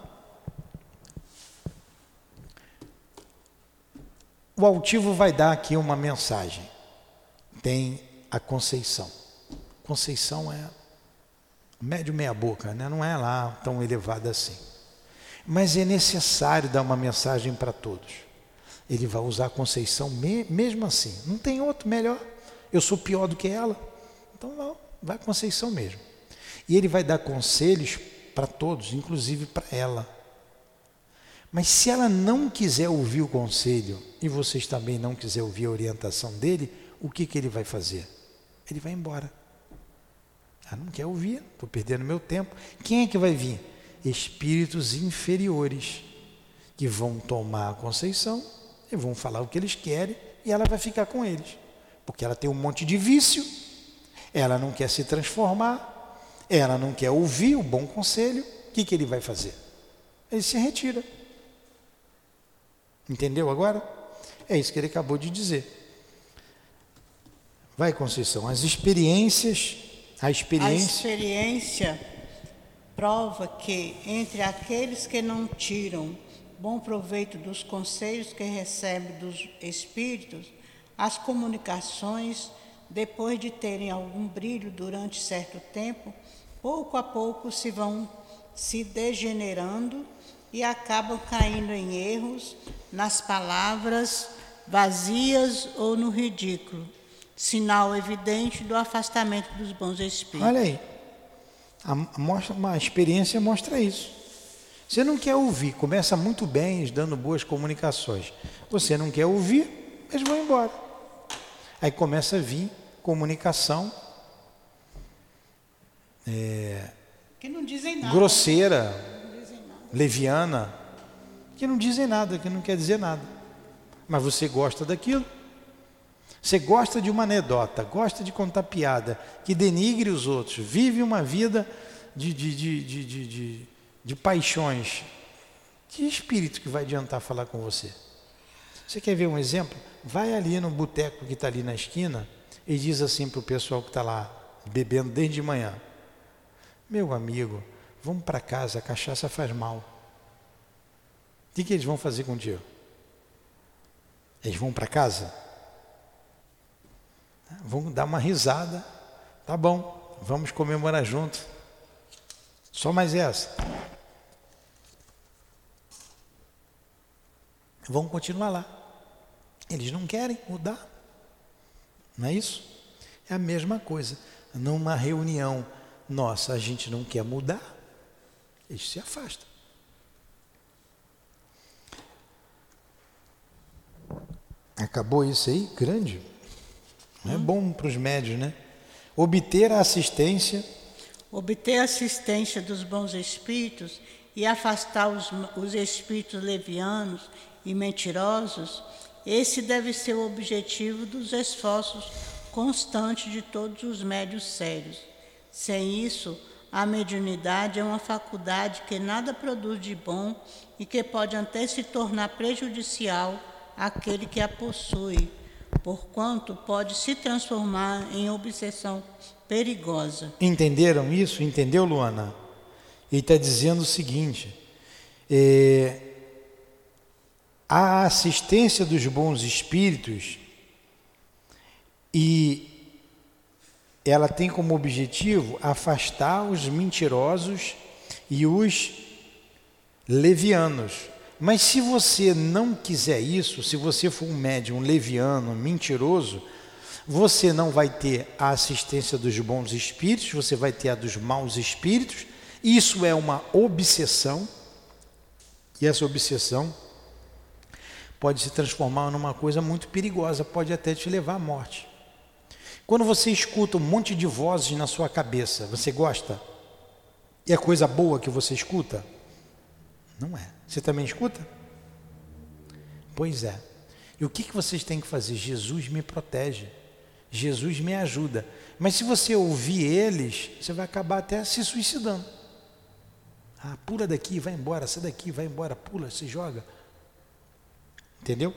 O altivo vai dar aqui uma mensagem. Tem a Conceição. Conceição é médio meia boca, né? Não é lá tão elevada assim. Mas é necessário dar uma mensagem para todos. Ele vai usar a Conceição me, mesmo assim. Não tem outro melhor. Eu sou pior do que ela. Então não, vai a Conceição mesmo. E ele vai dar conselhos para todos, inclusive para ela. Mas se ela não quiser ouvir o conselho e vocês também não quiserem ouvir a orientação dele, o que, que ele vai fazer? Ele vai embora. Ah, não quer ouvir, estou perdendo meu tempo. Quem é que vai vir? Espíritos inferiores, que vão tomar a Conceição e vão falar o que eles querem e ela vai ficar com eles. Porque ela tem um monte de vício, ela não quer se transformar, ela não quer ouvir o bom conselho, o que, que ele vai fazer? Ele se retira. Entendeu agora? É isso que ele acabou de dizer. Vai, Conceição, as experiências, a experiência... A experiência prova que entre aqueles que não tiram bom proveito dos conselhos que recebem dos espíritos, as comunicações, depois de terem algum brilho durante certo tempo, pouco a pouco se vão se degenerando e acabam caindo em erros nas palavras vazias ou no ridículo, sinal evidente do afastamento dos bons espíritos. Olha aí, a, mostra, uma experiência mostra isso. Você não quer ouvir, começa muito bem, dando boas comunicações. Você não quer ouvir, eles vão embora. Aí começa a vir comunicação é, que não dizem nada. grosseira, leviana, que não dizem nada, que não quer dizer nada. Mas você gosta daquilo. Você gosta de uma anedota, gosta de contar piada, que denigre os outros, vive uma vida de, de, de, de, de, de, de paixões. Que espírito que vai adiantar falar com você? Você quer ver um exemplo? Vai ali no boteco que está ali na esquina e diz assim para o pessoal que está lá bebendo desde de manhã: meu amigo, vamos para casa, a cachaça faz mal. O que, que eles vão fazer contigo? Eles vão para casa? Vão dar uma risada. Tá bom, vamos comemorar junto. Só mais essa. Vão continuar lá. Eles não querem mudar. Não é isso? É a mesma coisa. Numa reunião nossa, a gente não quer mudar, eles se afastam. Acabou isso aí? Grande. Não é bom para os médios, né? Obter a assistência. Obter a assistência dos bons espíritos e afastar os, os espíritos levianos e mentirosos, esse deve ser o objetivo dos esforços constantes de todos os médios sérios. Sem isso, a mediunidade é uma faculdade que nada produz de bom e que pode até se tornar prejudicial àquele que a possui, porquanto pode se transformar em obsessão perigosa. Entenderam isso? Entendeu, Luana? Ele está dizendo o seguinte: é, a assistência dos bons espíritos, e ela tem como objetivo afastar os mentirosos e os levianos. Mas se você não quiser isso, se você for um médium leviano, mentiroso, você não vai ter a assistência dos bons espíritos, você vai ter a dos maus espíritos. Isso é uma obsessão, e essa obsessão pode se transformar numa coisa muito perigosa, pode até te levar à morte. Quando você escuta um monte de vozes na sua cabeça, você gosta? É coisa boa que você escuta? Não é. Você também escuta? Pois é. E o que, que vocês têm que fazer? Jesus me protege. Jesus me ajuda. Mas se você ouvir eles, você vai acabar até se suicidando. Ah, pula daqui, vai embora, sai daqui, vai embora, pula, se joga. Entendeu?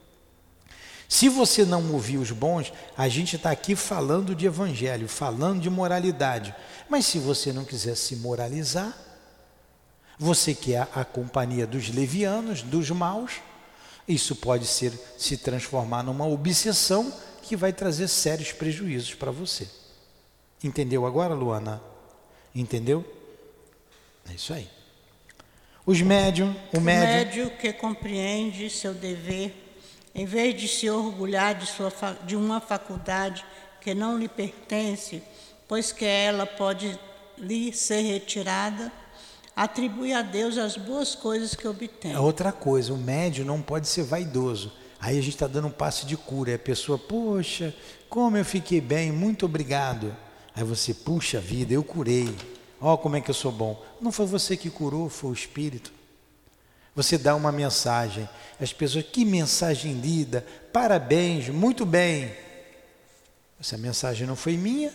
Se você não ouvir os bons, a gente está aqui falando de evangelho, falando de moralidade. Mas se você não quiser se moralizar, você quer a companhia dos levianos, dos maus, isso pode ser, se transformar numa obsessão que vai trazer sérios prejuízos para você. Entendeu agora, Luana? Entendeu? É isso aí. Os médium, o médium... O médium que compreende seu dever, em vez de se orgulhar de, sua, de uma faculdade que não lhe pertence, pois que ela pode lhe ser retirada, atribui a Deus as boas coisas que obtém. É outra coisa, o médium não pode ser vaidoso. Aí a gente está dando um passe de cura, e a pessoa, poxa, como eu fiquei bem, muito obrigado. Aí você, puxa vida, eu curei, ó como é que eu sou bom. Não foi você que curou, foi o Espírito. Você dá uma mensagem, as pessoas, que mensagem linda, parabéns, muito bem. Essa mensagem não foi minha?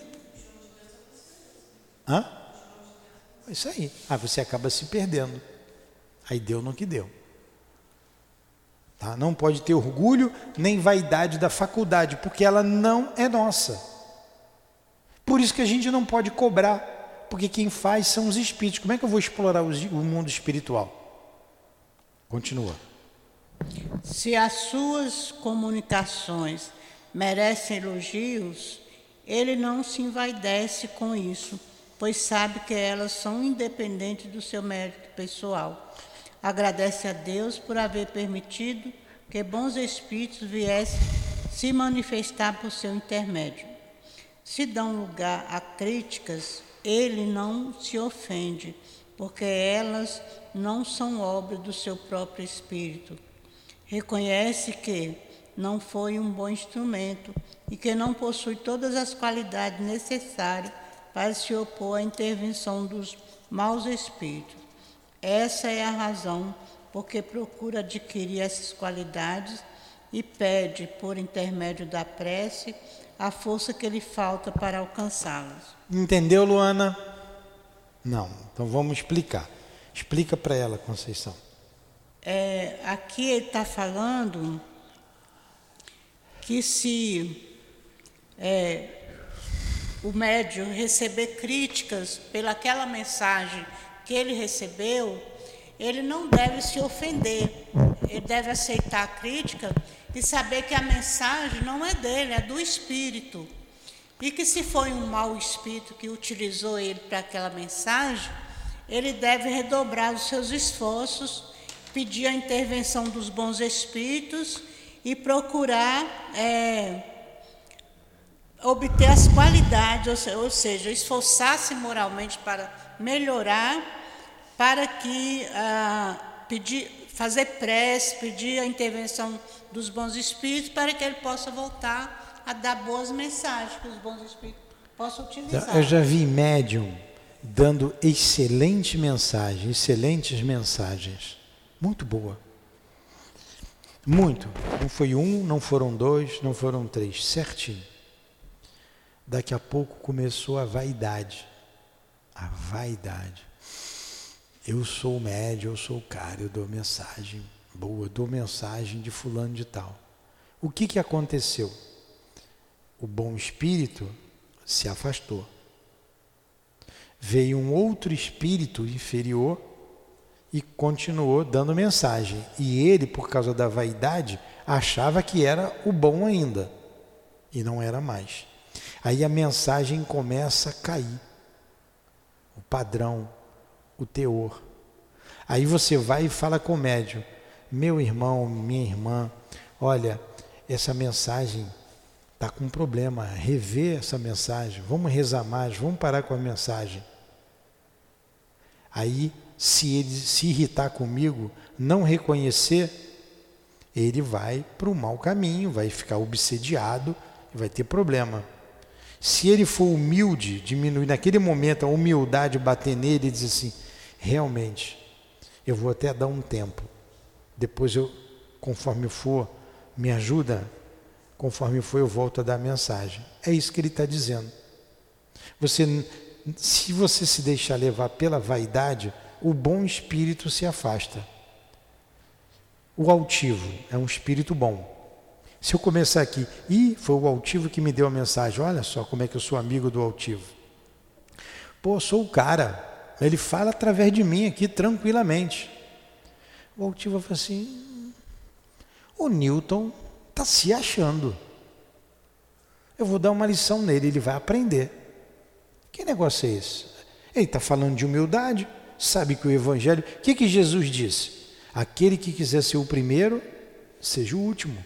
Hã? É isso aí. Ah, você acaba se perdendo. Aí deu no que deu. Tá? Não pode ter orgulho nem vaidade da faculdade, porque ela não é nossa. Por isso que a gente não pode cobrar, porque quem faz são os espíritos. Como é que eu vou explorar o mundo espiritual? Continua. Se as suas comunicações merecem elogios, ele não se envaidece com isso, pois sabe que elas são independentes do seu mérito pessoal. Agradece a Deus por haver permitido que bons espíritos viessem se manifestar por seu intermédio. Se dão lugar a críticas, ele não se ofende, porque elas não são obra do seu próprio espírito. Reconhece que não foi um bom instrumento e que não possui todas as qualidades necessárias para se opor à intervenção dos maus espíritos. Essa é a razão porque procura adquirir essas qualidades e pede, por intermédio da prece, a força que lhe falta para alcançá-las. Entendeu, Luana? Não. Então vamos explicar. Explica para ela, Conceição. É, aqui ele está falando que se é, o médium receber críticas pelaquela mensagem que ele recebeu, ele não deve se ofender, ele deve aceitar a crítica e saber que a mensagem não é dele, é do espírito. E que se foi um mau espírito que utilizou ele para aquela mensagem, ele deve redobrar os seus esforços, pedir a intervenção dos bons espíritos e procurar é, obter as qualidades, ou seja, esforçar-se moralmente para melhorar, para que ah, pedir, fazer prece, pedir a intervenção dos bons espíritos para que ele possa voltar a dar boas mensagens, que os bons espíritos possam utilizar. Eu já vi médium dando excelente mensagem, excelentes mensagens. Muito boa. Muito. Não foi um, não foram dois, não foram três. Certinho. Daqui a pouco começou a vaidade. A vaidade. Eu sou o médium, eu sou o cara, eu dou mensagem boa, dou mensagem de fulano de tal. O que que aconteceu? O bom espírito se afastou. Veio um outro espírito inferior e continuou dando mensagem. E ele, por causa da vaidade, achava que era o bom ainda. E não era mais. Aí a mensagem começa a cair. O padrão, o teor. Aí você vai e fala com o médium: meu irmão, minha irmã, olha, essa mensagem está com um problema, rever essa mensagem, vamos rezar mais, vamos parar com a mensagem. Aí, se ele se irritar comigo, não reconhecer, ele vai para o mau caminho, vai ficar obsediado e vai ter problema. Se ele for humilde, diminuir naquele momento a humildade, bater nele e dizer assim: realmente, eu vou até dar um tempo, depois eu, conforme for, me ajuda, conforme for eu volto a dar a mensagem. É isso que ele está dizendo. Você, se você se deixar levar pela vaidade, o bom espírito se afasta. O altivo é um espírito bom. Se eu começar aqui, e foi o altivo que me deu a mensagem, olha só como é que eu sou amigo do altivo. Pô, sou o cara, ele fala através de mim aqui tranquilamente. O altivo fala assim: o Newton está se achando. Eu vou dar uma lição nele, ele vai aprender. Que negócio é esse? Ele está falando de humildade, sabe que o Evangelho... O que, que Jesus disse? Aquele que quiser ser o primeiro, seja o último.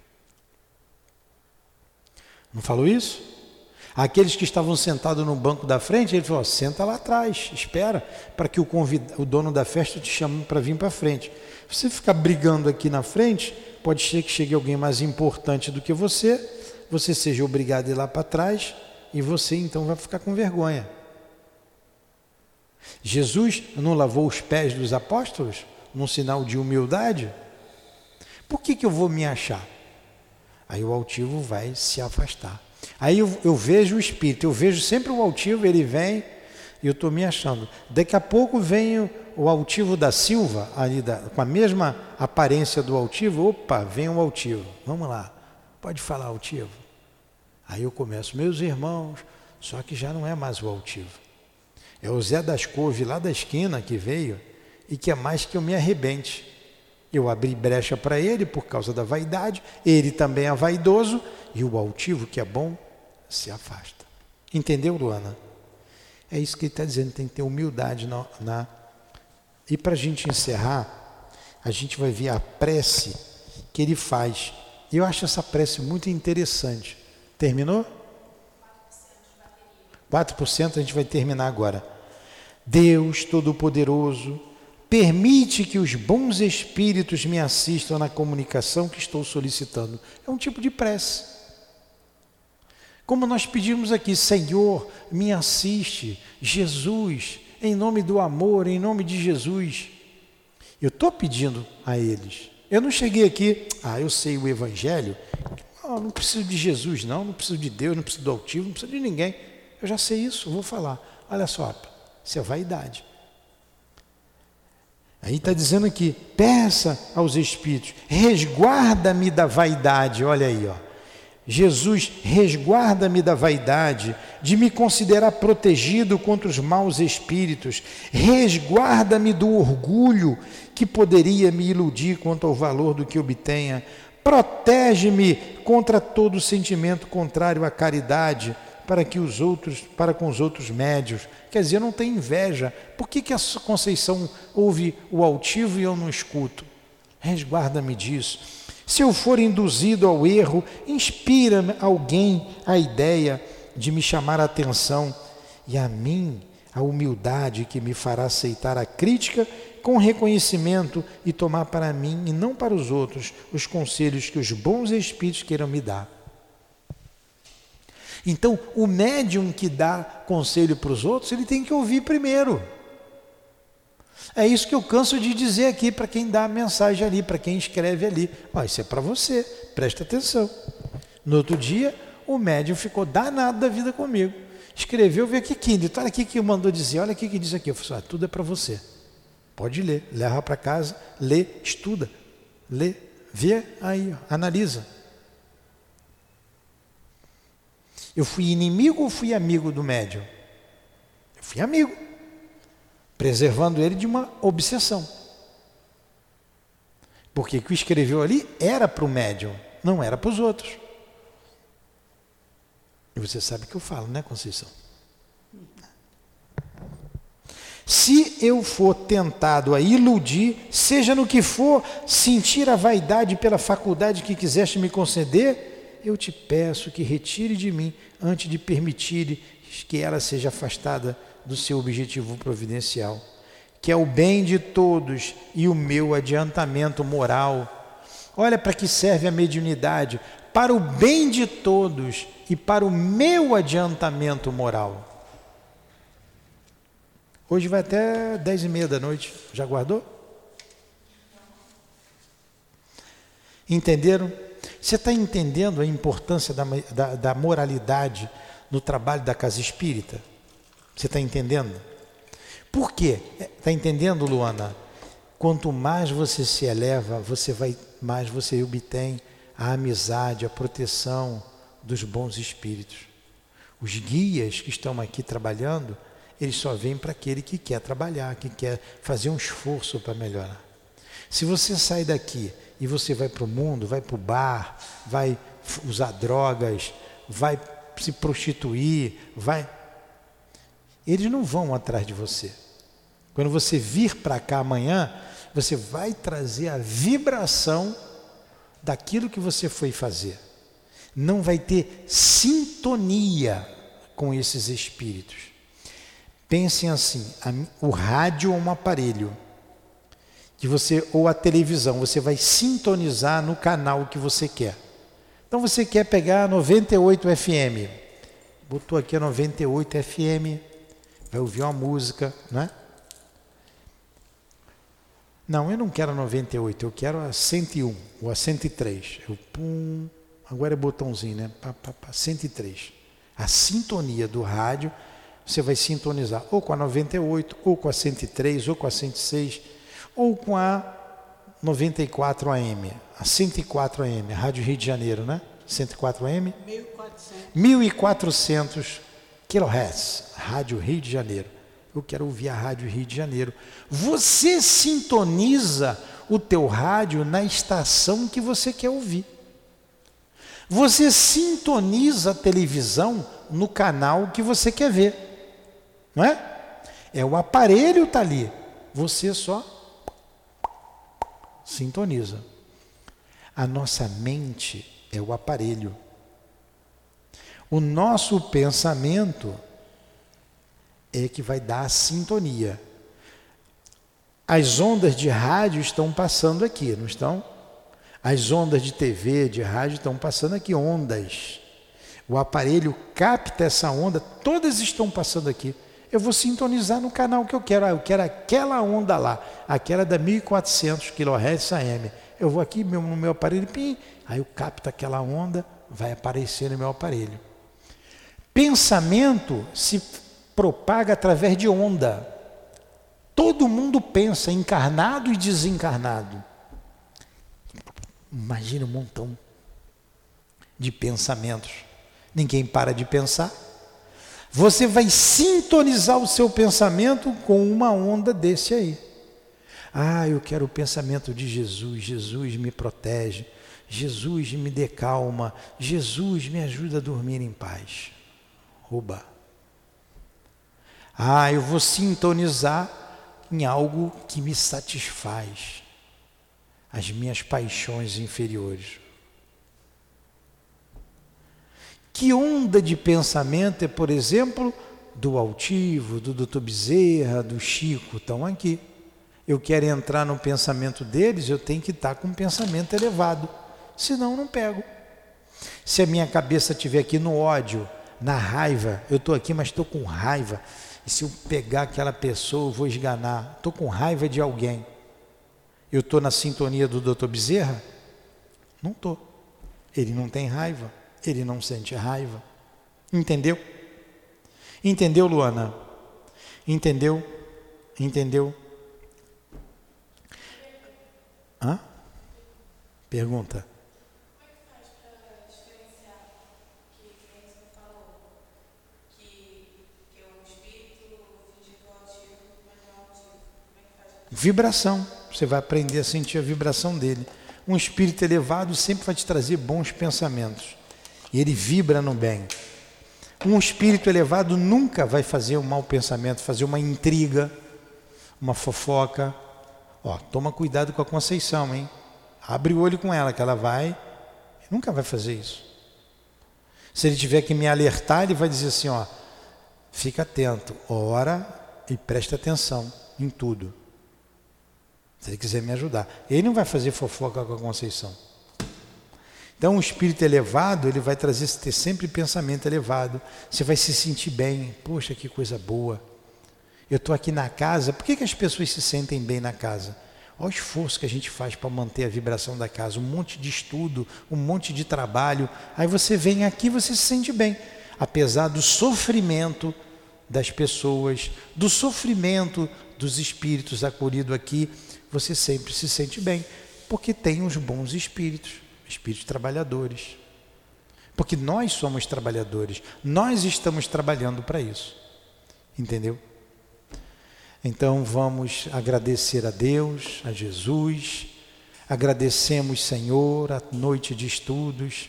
Não falou isso? Aqueles que estavam sentados no banco da frente, ele falou: senta lá atrás, espera, para que o, convid... o dono da festa te chame para vir para frente. Você ficar brigando aqui na frente, pode ser que chegue alguém mais importante do que você, você seja obrigado a ir lá para trás, e você então vai ficar com vergonha. Jesus não lavou os pés dos apóstolos, num sinal de humildade? Por que que eu vou me achar? Aí o altivo vai se afastar. Aí eu, eu vejo o espírito, eu vejo sempre o altivo, ele vem e eu estou me achando. Daqui a pouco vem o, o altivo da Silva, ali da, com a mesma aparência do altivo. Opa, vem o altivo, vamos lá, pode falar, altivo. Aí eu começo: meus irmãos, só que já não é mais o altivo. É o Zé das Couves lá da esquina que veio e quer mais que eu me arrebente. Eu abri brecha para ele por causa da vaidade, ele também é vaidoso, e o altivo, que é bom, se afasta. Entendeu, Luana? É isso que ele está dizendo, tem que ter humildade na... na... E para a gente encerrar, a gente vai ver a prece que ele faz. Eu acho essa prece muito interessante. Terminou? quatro por cento a gente vai terminar agora. Deus Todo-Poderoso, permite que os bons espíritos me assistam na comunicação que estou solicitando. É um tipo de prece. Como nós pedimos aqui: Senhor, me assiste, Jesus, em nome do amor, em nome de Jesus. Eu estou pedindo a eles. Eu não cheguei aqui, ah, eu sei o Evangelho, oh, não preciso de Jesus não, não preciso de Deus, não preciso do altivo, não preciso de ninguém. Eu já sei isso, eu vou falar. Olha só, isso é vaidade. Aí está dizendo aqui, peça aos Espíritos, resguarda-me da vaidade, olha aí, ó. Jesus, resguarda-me da vaidade, de me considerar protegido contra os maus espíritos, resguarda-me do orgulho que poderia me iludir quanto ao valor do que obtenha, protege-me contra todo sentimento contrário à caridade, para que os outros, para com os outros médios. Quer dizer, eu não tenho inveja. Por que que a Conceição ouve o altivo e eu não escuto? Resguarda-me disso. Se eu for induzido ao erro, inspira-me alguém a ideia de me chamar a atenção, e a mim a humildade que me fará aceitar a crítica com reconhecimento e tomar para mim e não para os outros os conselhos que os bons espíritos queiram me dar. Então, o médium que dá conselho para os outros, ele tem que ouvir primeiro. É isso que eu canso de dizer aqui para quem dá a mensagem ali, para quem escreve ali. Ó, isso é para você, presta atenção. No outro dia, o médium ficou danado da vida comigo. Escreveu, veio aqui, Quinto, olha aqui que mandou dizer, olha aqui que diz aqui. Eu falei, ah, tudo é para você. Pode ler, leva para casa, lê, estuda, lê, vê aí, ó, analisa. Eu fui inimigo ou fui amigo do médium? Eu fui amigo, preservando ele de uma obsessão. Porque o que escreveu ali era para o médium, não era para os outros. E você sabe que eu falo, né, Conceição? Se eu for tentado a iludir, seja no que for, sentir a vaidade pela faculdade que quiseste me conceder, eu te peço que retire de mim, antes de permitir que ela seja afastada do seu objetivo providencial, que é o bem de todos e o meu adiantamento moral. Olha para que serve a mediunidade, para o bem de todos e para o meu adiantamento moral. Hoje vai até dez e meia da noite, já guardou? Entenderam? Você está entendendo a importância da, da, da moralidade no trabalho da casa espírita? Você está entendendo? Por quê? Está entendendo, Luana? Quanto mais você se eleva, você vai, mais você obtém a amizade, a proteção dos bons espíritos. Os guias que estão aqui trabalhando, eles só vêm para aquele que quer trabalhar, que quer fazer um esforço para melhorar. Se você sai daqui e você vai para o mundo, vai para o bar, vai usar drogas, vai se prostituir, vai... eles não vão atrás de você. Quando você vir para cá amanhã, você vai trazer a vibração daquilo que você foi fazer. Não vai ter sintonia com esses espíritos. Pensem assim, a, o rádio é um aparelho que você, ou a televisão, você vai sintonizar no canal que você quer. Então você quer pegar noventa e oito F M, botou aqui a noventa e oito F M, vai ouvir uma música, não é? Não, eu não quero a noventa e oito, eu quero a cento e um ou a cento e três. Eu, pum, agora é botãozinho, né? Pá, pá, pá, cento e três. A sintonia do rádio, você vai sintonizar ou com a noventa e oito, ou com a cento e três, ou com a cento e seis, ou com a noventa e quatro A M, a cento e quatro A M, a Rádio Rio de Janeiro, né? cento e quatro A M? mil e quatrocentos kHz, Rádio Rio de Janeiro. Eu quero ouvir a Rádio Rio de Janeiro. Você sintoniza o teu rádio na estação que você quer ouvir. Você sintoniza a televisão no canal que você quer ver. Não é? É o aparelho está ali. Você só sintoniza. A nossa mente é o aparelho. O nosso pensamento é que vai dar a sintonia. As ondas de rádio estão passando aqui, não estão? As ondas de T V, de rádio estão passando aqui, ondas. O aparelho capta essa onda, todas estão passando aqui. eu vou sintonizar no canal que eu quero. Ah, eu quero aquela onda lá, aquela da mil e quatrocentos quilohertz A M. Eu vou aqui no meu aparelho, pim, aí eu capto aquela onda, vai aparecer no meu aparelho. Pensamento se propaga através de onda. Todo mundo pensa, encarnado e desencarnado. Imagina um montão de pensamentos. Ninguém para de pensar. Você vai sintonizar o seu pensamento com uma onda desse aí. Ah, eu quero o pensamento de Jesus. Jesus me protege. Jesus me dê calma. Jesus me ajuda a dormir em paz. Oba. Ah, eu vou sintonizar em algo que me satisfaz. As minhas paixões inferiores. Que onda de pensamento é, por exemplo, do Altivo, do doutor Bezerra, do Chico, estão aqui. Eu quero entrar no pensamento deles, eu tenho que estar com um pensamento elevado, senão não pego. Se a minha cabeça estiver aqui no ódio, na raiva, eu estou aqui, mas estou com raiva, e se eu pegar aquela pessoa, eu vou esganar, estou com raiva de alguém, eu estou na sintonia do doutor Bezerra? Não estou. Ele não tem raiva, ele não sente raiva. Entendeu? Entendeu, Luana? Entendeu? Entendeu? Hã? Pergunta. Como é que faz para diferenciar que, que você falou, que, que é um espírito fingindo altivo, mas não altivo? Como é que faz? Vibração. Você vai aprender a sentir a vibração dele. Um espírito elevado sempre vai te trazer bons pensamentos. E ele vibra no bem. Um espírito elevado nunca vai fazer um mau pensamento, fazer uma intriga, uma fofoca. Ó, toma cuidado com a Conceição, hein? Abre o olho com ela, que ela vai... Nunca vai fazer isso. Se ele tiver que me alertar, ele vai dizer assim, ó... Fica atento, ora e presta atenção em tudo. Se ele quiser me ajudar. Ele não vai fazer fofoca com a Conceição. Então, um espírito elevado, ele vai trazer ter sempre pensamento elevado. Você vai se sentir bem. Poxa, que coisa boa. Eu estou aqui na casa. Por que, que as pessoas se sentem bem na casa? Olha o esforço que a gente faz para manter a vibração da casa. Um monte de estudo, um monte de trabalho. Aí você vem aqui e você se sente bem. Apesar do sofrimento das pessoas, do sofrimento dos espíritos acolhidos aqui, você sempre se sente bem. Porque tem os bons espíritos. Espíritos trabalhadores. Porque nós somos trabalhadores. Nós estamos trabalhando para isso. Entendeu? Então vamos agradecer a Deus, a Jesus. Agradecemos, Senhor, a noite de estudos.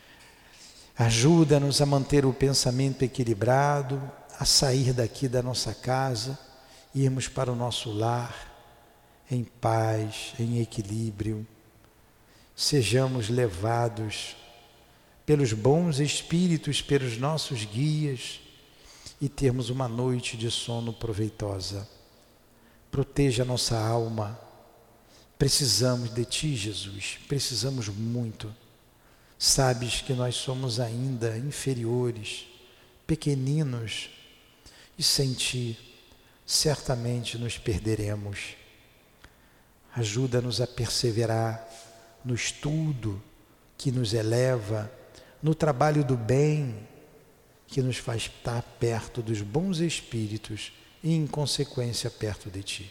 Ajuda-nos a manter o pensamento equilibrado, a sair daqui da nossa casa, irmos para o nosso lar, em paz, em equilíbrio. Sejamos levados pelos bons espíritos, pelos nossos guias, e termos uma noite de sono proveitosa. Proteja a nossa alma. Precisamos de Ti, Jesus, precisamos muito. Sabes que nós somos ainda inferiores, pequeninos, e sem Ti certamente nos perderemos. Ajuda-nos a perseverar no estudo que nos eleva, no trabalho do bem que nos faz estar perto dos bons espíritos e, em consequência, perto de Ti.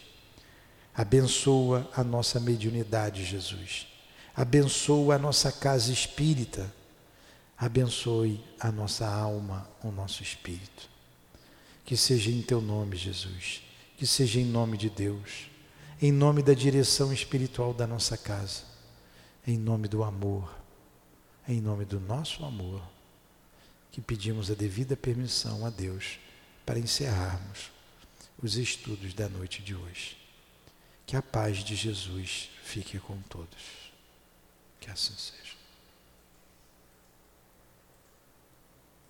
Abençoa a nossa mediunidade, Jesus. Abençoa a nossa casa espírita. Abençoe a nossa alma, o nosso espírito. Que seja em Teu nome, Jesus. Que seja em nome de Deus. Em nome da direção espiritual da nossa casa. Em nome do amor, em nome do nosso amor, que pedimos a devida permissão a Deus para encerrarmos os estudos da noite de hoje. Que a paz de Jesus fique com todos. Que assim seja.